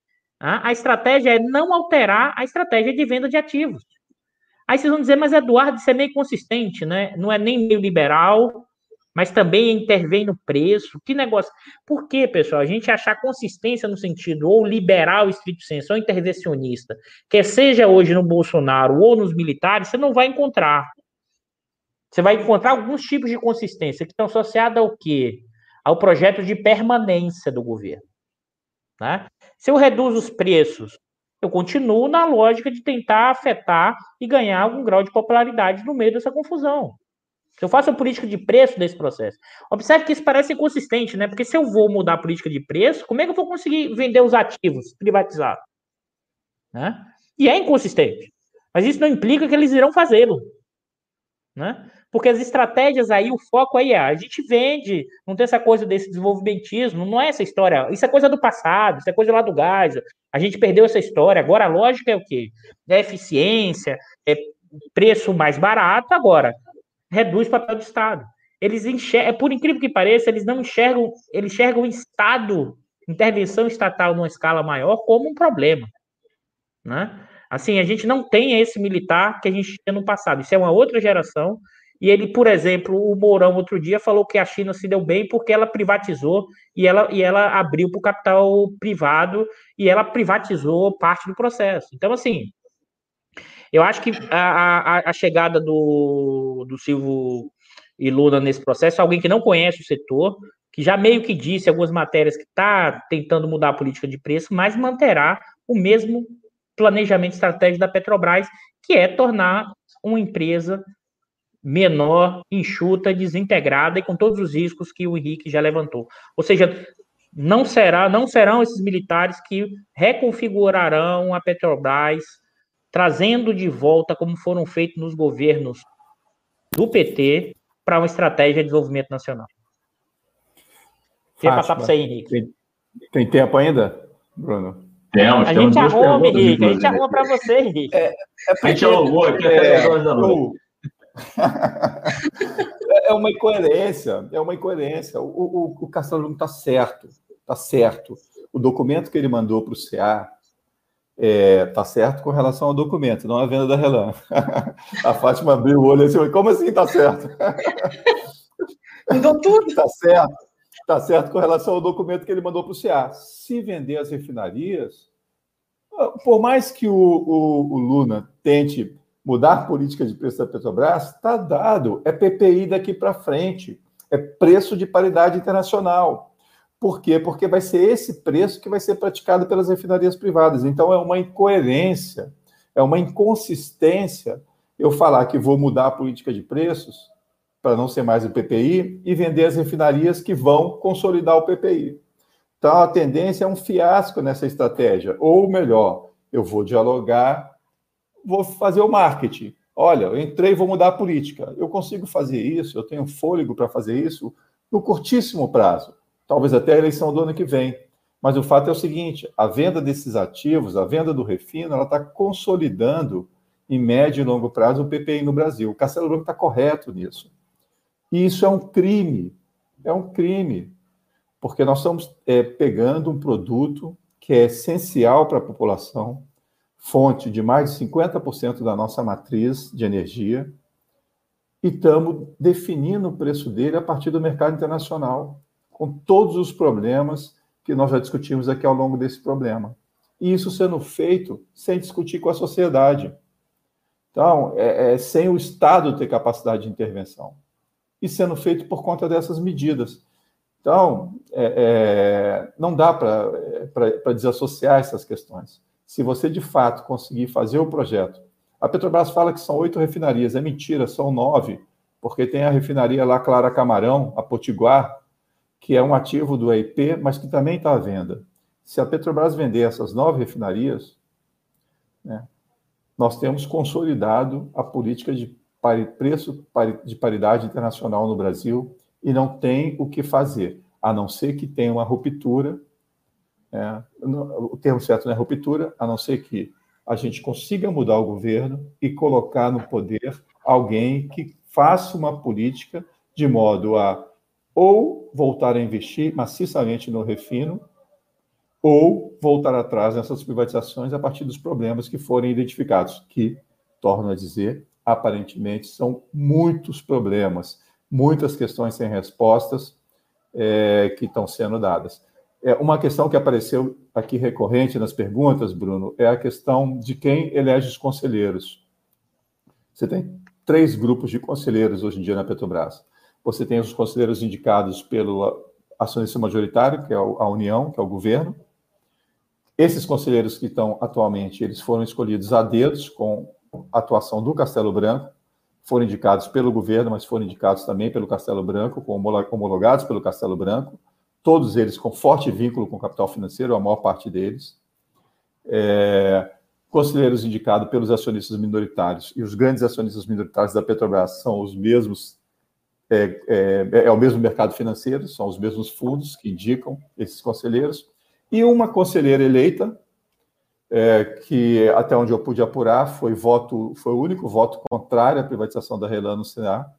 [SPEAKER 3] a estratégia é não alterar a estratégia de venda de ativos. Aí vocês vão dizer, mas Eduardo, isso é meio consistente, né? Não é nem meio liberal, mas também intervém no preço. Que negócio? Por quê, pessoal? A gente achar consistência no sentido ou liberal, estrito senso, ou intervencionista, quer seja hoje no Bolsonaro ou nos militares, você não vai encontrar. Você vai encontrar alguns tipos de consistência que estão associados ao quê? Ao projeto de permanência do governo. Né? Se eu reduzo os preços, eu continuo na lógica de tentar afetar e ganhar algum grau de popularidade no meio dessa confusão. Se eu faço a política de preço desse processo, observe que isso parece inconsistente, né? Porque se eu vou mudar a política de preço, como é que eu vou conseguir vender os ativos privatizados? Né? E é inconsistente. Mas isso não implica que eles irão fazê-lo. Né? Porque as estratégias aí, o foco aí é, a gente vende, não tem essa coisa desse desenvolvimentismo, não é essa história, isso é coisa do passado, isso é coisa lá do gás, a gente perdeu essa história, agora a lógica é o quê? É eficiência, é preço mais barato, agora reduz o papel do Estado. Eles enxergam, por incrível que pareça, eles não enxergam, eles enxergam o Estado, intervenção estatal numa escala maior, como um problema. Né? Assim, a gente não tem esse militar que a gente tinha no passado, isso é uma outra geração. E ele, por exemplo, o Mourão outro dia falou que a China se deu bem porque ela privatizou e ela, e ela abriu para o capital privado e ela privatizou parte do processo. Então, assim, eu acho que a, a, a chegada do, do Silvio e Lula nesse processo, alguém que não conhece o setor, que já meio que disse algumas matérias que está tentando mudar a política de preço, mas manterá o mesmo planejamento estratégico da Petrobras, que é tornar uma empresa menor, enxuta, desintegrada e com todos os riscos que o Henrique já levantou. Ou seja, não será, não serão esses militares que reconfigurarão a Petrobras, trazendo de volta, como foram feitos nos governos do P T, para uma estratégia de desenvolvimento nacional. Queria passar para você, Henrique.
[SPEAKER 4] Tem, tem tempo ainda, Bruno?
[SPEAKER 1] Temos,
[SPEAKER 3] a
[SPEAKER 1] temos
[SPEAKER 3] gente arruma, Henrique. A gente arruma para você, Henrique. É,
[SPEAKER 4] é
[SPEAKER 1] a gente alugou aqui até três horas da noite.
[SPEAKER 4] É uma incoerência, é uma incoerência. O, o, o Castelo Branco está certo, está certo. O documento que ele mandou para o C A está é, tá certo com relação ao documento, não a venda da Relan. A Fátima abriu o olho assim, como assim está certo?
[SPEAKER 2] Mudou tudo.
[SPEAKER 4] Está certo, está certo com relação ao documento que ele mandou para o C A. Se vender as refinarias, por mais que o, o, o Lula tente mudar a política de preço da Petrobras, está dado. É P P I daqui para frente. É preço de paridade internacional. Por quê? Porque vai ser esse preço que vai ser praticado pelas refinarias privadas. Então, é uma incoerência, é uma inconsistência eu falar que vou mudar a política de preços para não ser mais o P P I e vender as refinarias que vão consolidar o P P I. Então, a tendência é um fiasco nessa estratégia. Ou melhor, eu vou dialogar, vou fazer o marketing. Olha, eu entrei e vou mudar a política. Eu consigo fazer isso, eu tenho fôlego para fazer isso no curtíssimo prazo. Talvez até a eleição do ano que vem. Mas o fato é o seguinte, a venda desses ativos, a venda do refino, ela está consolidando, em médio e longo prazo, o P P I no Brasil. O Castelo Branco está correto nisso. E isso é um crime, é um crime, porque nós estamos é, pegando um produto que é essencial para a população, fonte de mais de cinquenta por cento da nossa matriz de energia, e estamos definindo o preço dele a partir do mercado internacional, com todos os problemas que nós já discutimos aqui ao longo desse problema. E isso sendo feito sem discutir com a sociedade. Então, é, é sem o Estado ter capacidade de intervenção. E sendo feito por conta dessas medidas. Então, é, é, não dá para desassociar essas questões. Se você, de fato, conseguir fazer o projeto... A Petrobras fala que são oito refinarias. É mentira, são nove, porque tem a refinaria lá, Clara Camarão, a Potiguar, que é um ativo do E I P, mas que também está à venda. Se a Petrobras vender essas nove refinarias, né, nós temos consolidado a política de pari, preço pari, de paridade internacional no Brasil e não tem o que fazer, a não ser que tenha uma ruptura, é, o termo certo não é ruptura, a não ser que a gente consiga mudar o governo e colocar no poder alguém que faça uma política de modo a ou voltar a investir maciçamente no refino, ou voltar atrás nessas privatizações a partir dos problemas que forem identificados, que, torno a dizer, aparentemente são muitos problemas, muitas questões sem respostas é, que estão sendo dadas. É, uma questão que apareceu aqui recorrente nas perguntas, Bruno, é a questão de quem elege os conselheiros. Você tem três grupos de conselheiros hoje em dia na Petrobras. Você tem os conselheiros indicados pelo acionista majoritário, que é a União, que é o governo. Esses conselheiros que estão atualmente, eles foram escolhidos a dedos com a atuação do Castelo Branco, foram indicados pelo governo, mas foram indicados também pelo Castelo Branco, homologados pelo Castelo Branco, todos eles com forte vínculo com o capital financeiro, a maior parte deles. É, conselheiros indicados pelos acionistas minoritários, e os grandes acionistas minoritários da Petrobras são os mesmos, é, é, é o mesmo mercado financeiro, são os mesmos fundos que indicam esses conselheiros, e uma conselheira eleita, é, que até onde eu pude apurar, foi, voto, foi o único voto contrário à privatização da RLAN no Senado.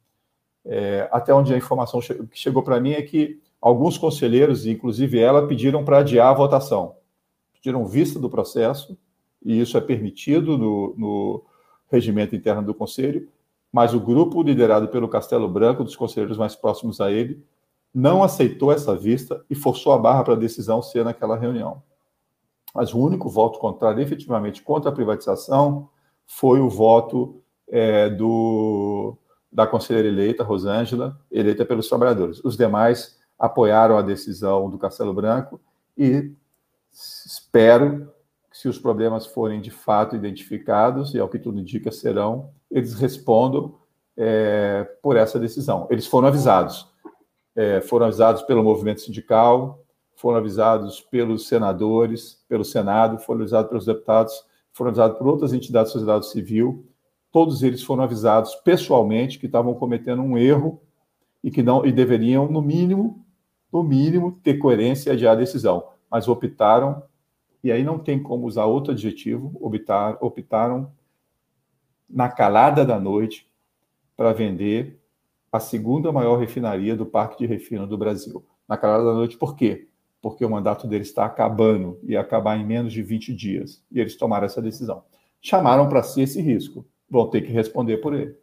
[SPEAKER 4] É, até onde a informação que chegou para mim é que alguns conselheiros, inclusive ela, pediram para adiar a votação. Pediram vista do processo, e isso é permitido no, no regimento interno do Conselho, mas o grupo liderado pelo Castelo Branco, dos conselheiros mais próximos a ele, não aceitou essa vista e forçou a barra para a decisão ser naquela reunião. Mas o único voto contrário, efetivamente, contra a privatização foi o voto é, do, da conselheira eleita, Rosângela, eleita pelos trabalhadores. Os demais apoiaram a decisão do Castelo Branco e espero que, se os problemas forem de fato identificados, e ao que tudo indica serão, eles respondam é, por essa decisão. Eles foram avisados. É, foram avisados pelo movimento sindical, foram avisados pelos senadores, pelo Senado, foram avisados pelos deputados, foram avisados por outras entidades da sociedade civil. Todos eles foram avisados pessoalmente que estavam cometendo um erro e que não e deveriam, no mínimo, no mínimo, ter coerência e adiar a decisão. Mas optaram, e aí não tem como usar outro adjetivo, optar, optaram na calada da noite para vender a segunda maior refinaria do Parque de Refino do Brasil. Na calada da noite, por quê? Porque o mandato deles está acabando, e ia acabar em menos de vinte dias. E eles tomaram essa decisão. Chamaram para si esse risco. Vão ter que responder por ele.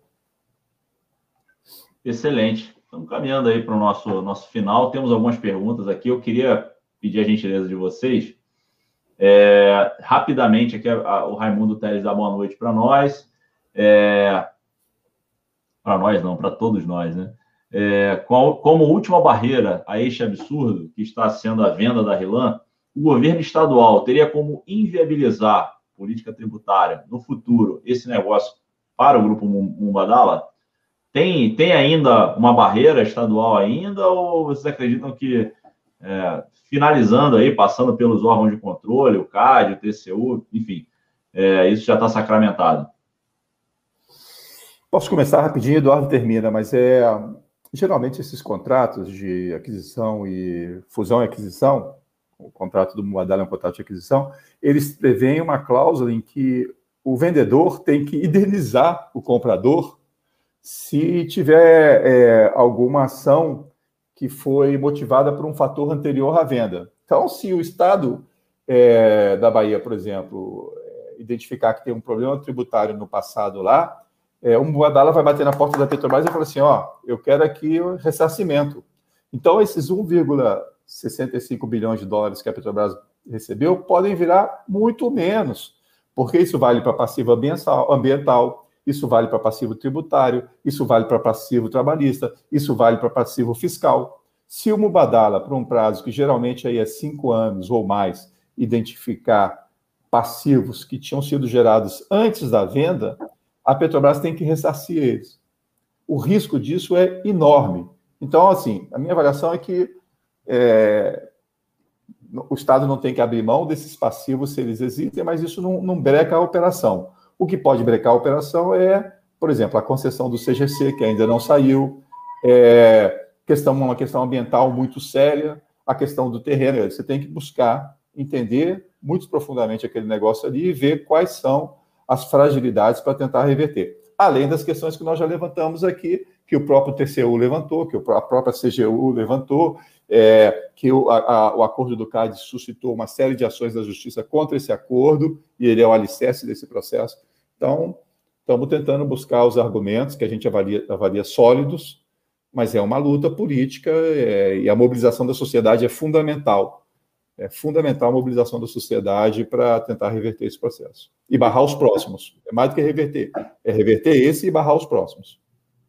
[SPEAKER 1] Excelente. Estamos caminhando aí para o nosso, nosso final. Temos algumas perguntas aqui. Eu queria pedir a gentileza de vocês. É, rapidamente, aqui a, a, o Raimundo Teles dá boa noite para nós. É, para nós não, para todos nós, né? É, qual, como última barreira a este absurdo que está sendo a venda da RLAN, o governo estadual teria como inviabilizar política tributária no futuro esse negócio para o Grupo Mubadala? Tem, tem ainda uma barreira estadual ainda, ou vocês acreditam que, é, finalizando aí, passando pelos órgãos de controle, o C A D, o T C U, enfim, é, isso já está sacramentado?
[SPEAKER 4] Posso começar rapidinho, Eduardo termina, mas é, geralmente esses contratos de aquisição e fusão e aquisição, o contrato do Mubadala é um contrato de aquisição, eles prevêem uma cláusula em que o vendedor tem que indenizar o comprador se tiver é, alguma ação que foi motivada por um fator anterior à venda. Então, se o Estado é, da Bahia, por exemplo, é, identificar que tem um problema tributário no passado lá, é, o Mubadala vai bater na porta da Petrobras e falar assim, ó, eu quero aqui o ressarcimento. Então, esses um vírgula sessenta e cinco bilhões de dólares que a Petrobras recebeu podem virar muito menos, porque isso vale para passivo ambiental, isso vale para passivo tributário, isso vale para passivo trabalhista, isso vale para passivo fiscal. Se o Mubadala, por um prazo que geralmente aí é cinco anos ou mais, identificar passivos que tinham sido gerados antes da venda, a Petrobras tem que ressarcir eles. O risco disso é enorme. Então, assim, a minha avaliação é que é, o Estado não tem que abrir mão desses passivos se eles existem, mas isso não, não breca a operação. O que pode brecar a operação é, por exemplo, a concessão do C G C, que ainda não saiu, é, questão, uma questão ambiental muito séria, a questão do terreno. Você tem que buscar entender muito profundamente aquele negócio ali e ver quais são as fragilidades para tentar reverter. Além das questões que nós já levantamos aqui, que o próprio T C U levantou, que a própria C G U levantou, é, que o, a, o acordo do C A D suscitou uma série de ações da Justiça contra esse acordo, e ele é o alicerce desse processo. Então, estamos tentando buscar os argumentos que a gente avalia, avalia sólidos, mas é uma luta política é, e a mobilização da sociedade é fundamental. É fundamental a mobilização da sociedade para tentar reverter esse processo. E barrar os próximos. É mais do que reverter. É reverter esse e barrar os próximos.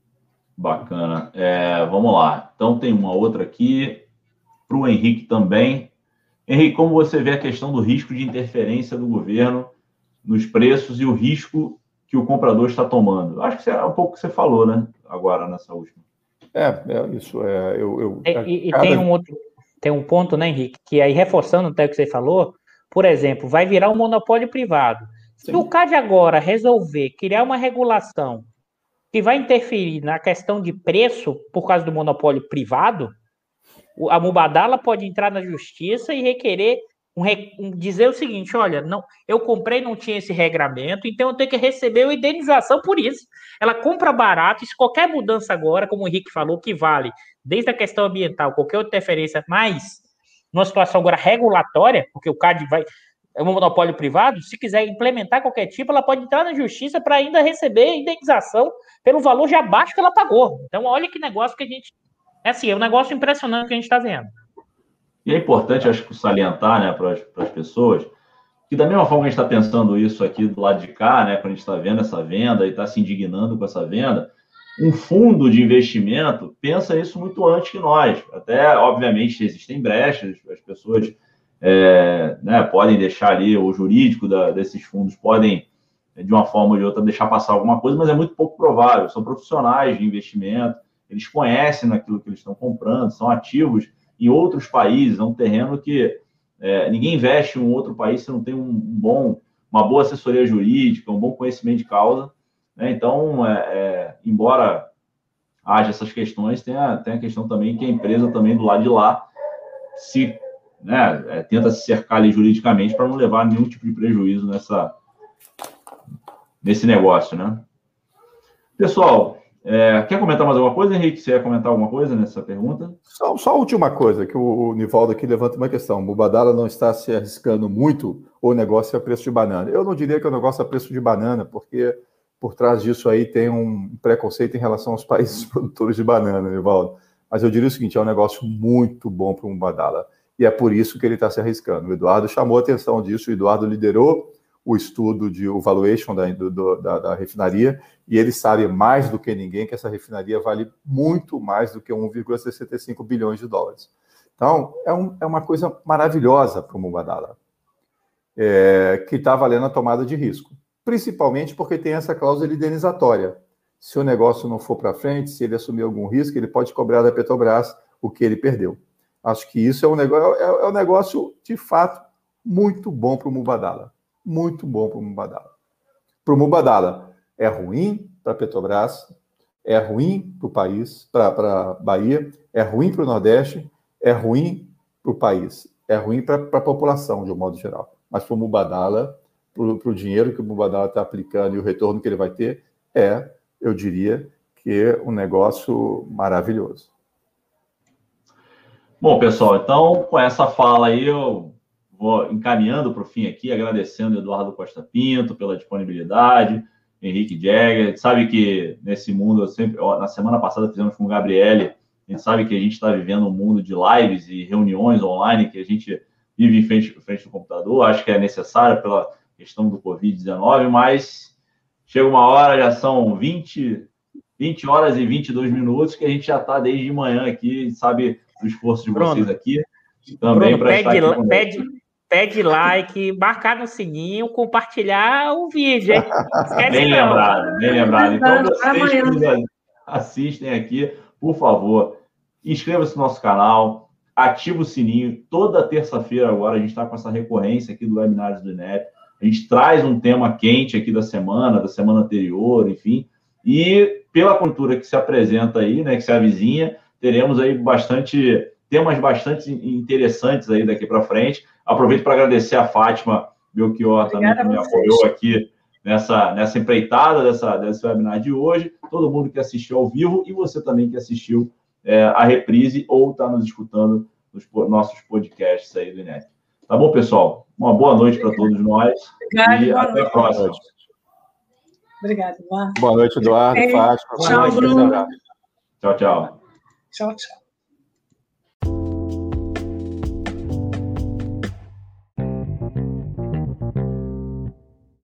[SPEAKER 1] Bacana. É, vamos lá. Então, tem uma outra aqui para o Henrique também. Henrique, como você vê a questão do risco de interferência do governo nos preços e o risco que o comprador está tomando? Acho que é um pouco o que você falou, né? Agora, nessa última.
[SPEAKER 4] É, é isso. É, eu, eu,
[SPEAKER 3] e e
[SPEAKER 4] cada...
[SPEAKER 3] tem um outro, tem um ponto, né, Henrique, que aí, reforçando até o que você falou, por exemplo, vai virar um monopólio privado. Se Sim. o C A D agora resolver criar uma regulação que vai interferir na questão de preço por causa do monopólio privado, a Mubadala pode entrar na justiça e requerer um, um, dizer o seguinte, olha, não, eu comprei, não tinha esse regramento, então eu tenho que receber uma indenização por isso. Ela compra barato, e se qualquer mudança agora, como o Henrique falou, que vale desde a questão ambiental, qualquer outra interferência, mas numa situação agora regulatória, porque o C A D vai, é um monopólio privado, se quiser implementar qualquer tipo, ela pode entrar na justiça para ainda receber indenização pelo valor já baixo que ela pagou. Então, olha que negócio que a gente... É assim, é um negócio impressionante que a gente está vendo.
[SPEAKER 1] E é importante, acho que, salientar, né, para as pessoas, que da mesma forma que a gente está pensando isso aqui do lado de cá, né, quando a gente está vendo essa venda e está se indignando com essa venda, um fundo de investimento pensa isso muito antes que nós. Até, obviamente, existem brechas, as pessoas é, né, podem deixar ali, o jurídico da, desses fundos podem, de uma forma ou de outra, deixar passar alguma coisa, mas é muito pouco provável. São profissionais de investimento, eles conhecem naquilo que eles estão comprando, são ativos em outros países, é um terreno que é, ninguém investe em um outro país se não tem um bom, uma boa assessoria jurídica, um bom conhecimento de causa. Né? Então, é, é, embora haja essas questões, tem a, tem a questão também que a empresa também do lado de lá se, né, é, tenta se cercar ali juridicamente para não levar nenhum tipo de prejuízo nessa, nesse negócio. Né? Pessoal, É, quer comentar mais alguma coisa, Henrique? Você ia comentar alguma coisa nessa pergunta?
[SPEAKER 4] Só, só a última coisa, que o, o Nivaldo aqui levanta uma questão. O Mubadala não está se arriscando muito ou o negócio é preço de banana. Eu não diria que o negócio é preço de banana, porque por trás disso aí tem um preconceito em relação aos países produtores de banana, Nivaldo. Mas eu diria o seguinte, é um negócio muito bom para o Mubadala. E é por isso que ele está se arriscando. O Eduardo chamou a atenção disso, o Eduardo liderou o estudo de o valuation da, do, da, da refinaria, e ele sabe mais do que ninguém que essa refinaria vale muito mais do que um vírgula sessenta e cinco bilhões de dólares. Então, é, um, é uma coisa maravilhosa para o Mubadala, é, que está valendo a tomada de risco, principalmente porque tem essa cláusula indenizatória. Se o negócio não for para frente, se ele assumir algum risco, ele pode cobrar da Petrobras o que ele perdeu. Acho que isso é um negócio, é, é um negócio de fato, muito bom para o Mubadala. Muito bom para o Mubadala. Para o Mubadala, é ruim para a Petrobras, é ruim para o país, para a Bahia, é ruim para o Nordeste, é ruim para o país. é ruim para a população, de um modo geral. Mas para o Mubadala, para o dinheiro que o Mubadala está aplicando e o retorno que ele vai ter, é, eu diria, que é um negócio maravilhoso.
[SPEAKER 1] Bom, pessoal, então, com essa fala aí, eu vou encaminhando para o fim aqui, agradecendo o Eduardo Costa Pinto pela disponibilidade, Henrique Jäger. Sabe que nesse mundo, eu sempre, ó, na semana passada fizemos com o Gabriele, a gente sabe que a gente está vivendo um mundo de lives e reuniões online, que a gente vive em frente, em frente do computador, acho que é necessário pela questão do covid dezenove, mas chega uma hora, já são vinte, vinte horas e vinte e dois minutos, que a gente já está desde de manhã aqui, sabe do esforço de
[SPEAKER 3] Bruno,
[SPEAKER 1] vocês aqui. Também
[SPEAKER 3] Bruno, pede, aqui pede, pede like, marcar no sininho, compartilhar o vídeo, hein? Esquece
[SPEAKER 1] bem
[SPEAKER 3] não.
[SPEAKER 1] lembrado, bem lembrado. Então, vocês que assistem aqui, por favor, inscreva-se no nosso canal, ativa o sininho. Toda terça-feira agora a gente está com essa recorrência aqui do Webinários do INEP. A gente traz um tema quente aqui da semana, da semana anterior, enfim. E pela cultura que se apresenta aí, né, que se avizinha, teremos aí bastante temas bastante interessantes aí daqui para frente. Aproveito para agradecer a Fátima Belchior também, que me apoiou aqui nessa, nessa empreitada dessa, desse webinar de hoje. Todo mundo que assistiu ao vivo e você também que assistiu é, a reprise ou está nos escutando nos nossos podcasts aí do INEP. Tá bom, pessoal? Uma boa noite para todos nós.
[SPEAKER 2] Obrigada,
[SPEAKER 1] e até a próxima.
[SPEAKER 2] Obrigada, Eduardo.
[SPEAKER 4] Boa noite, Eduardo, Fátima.
[SPEAKER 2] Tchau, Bruno.
[SPEAKER 1] Tchau, tchau.
[SPEAKER 2] Tchau, tchau.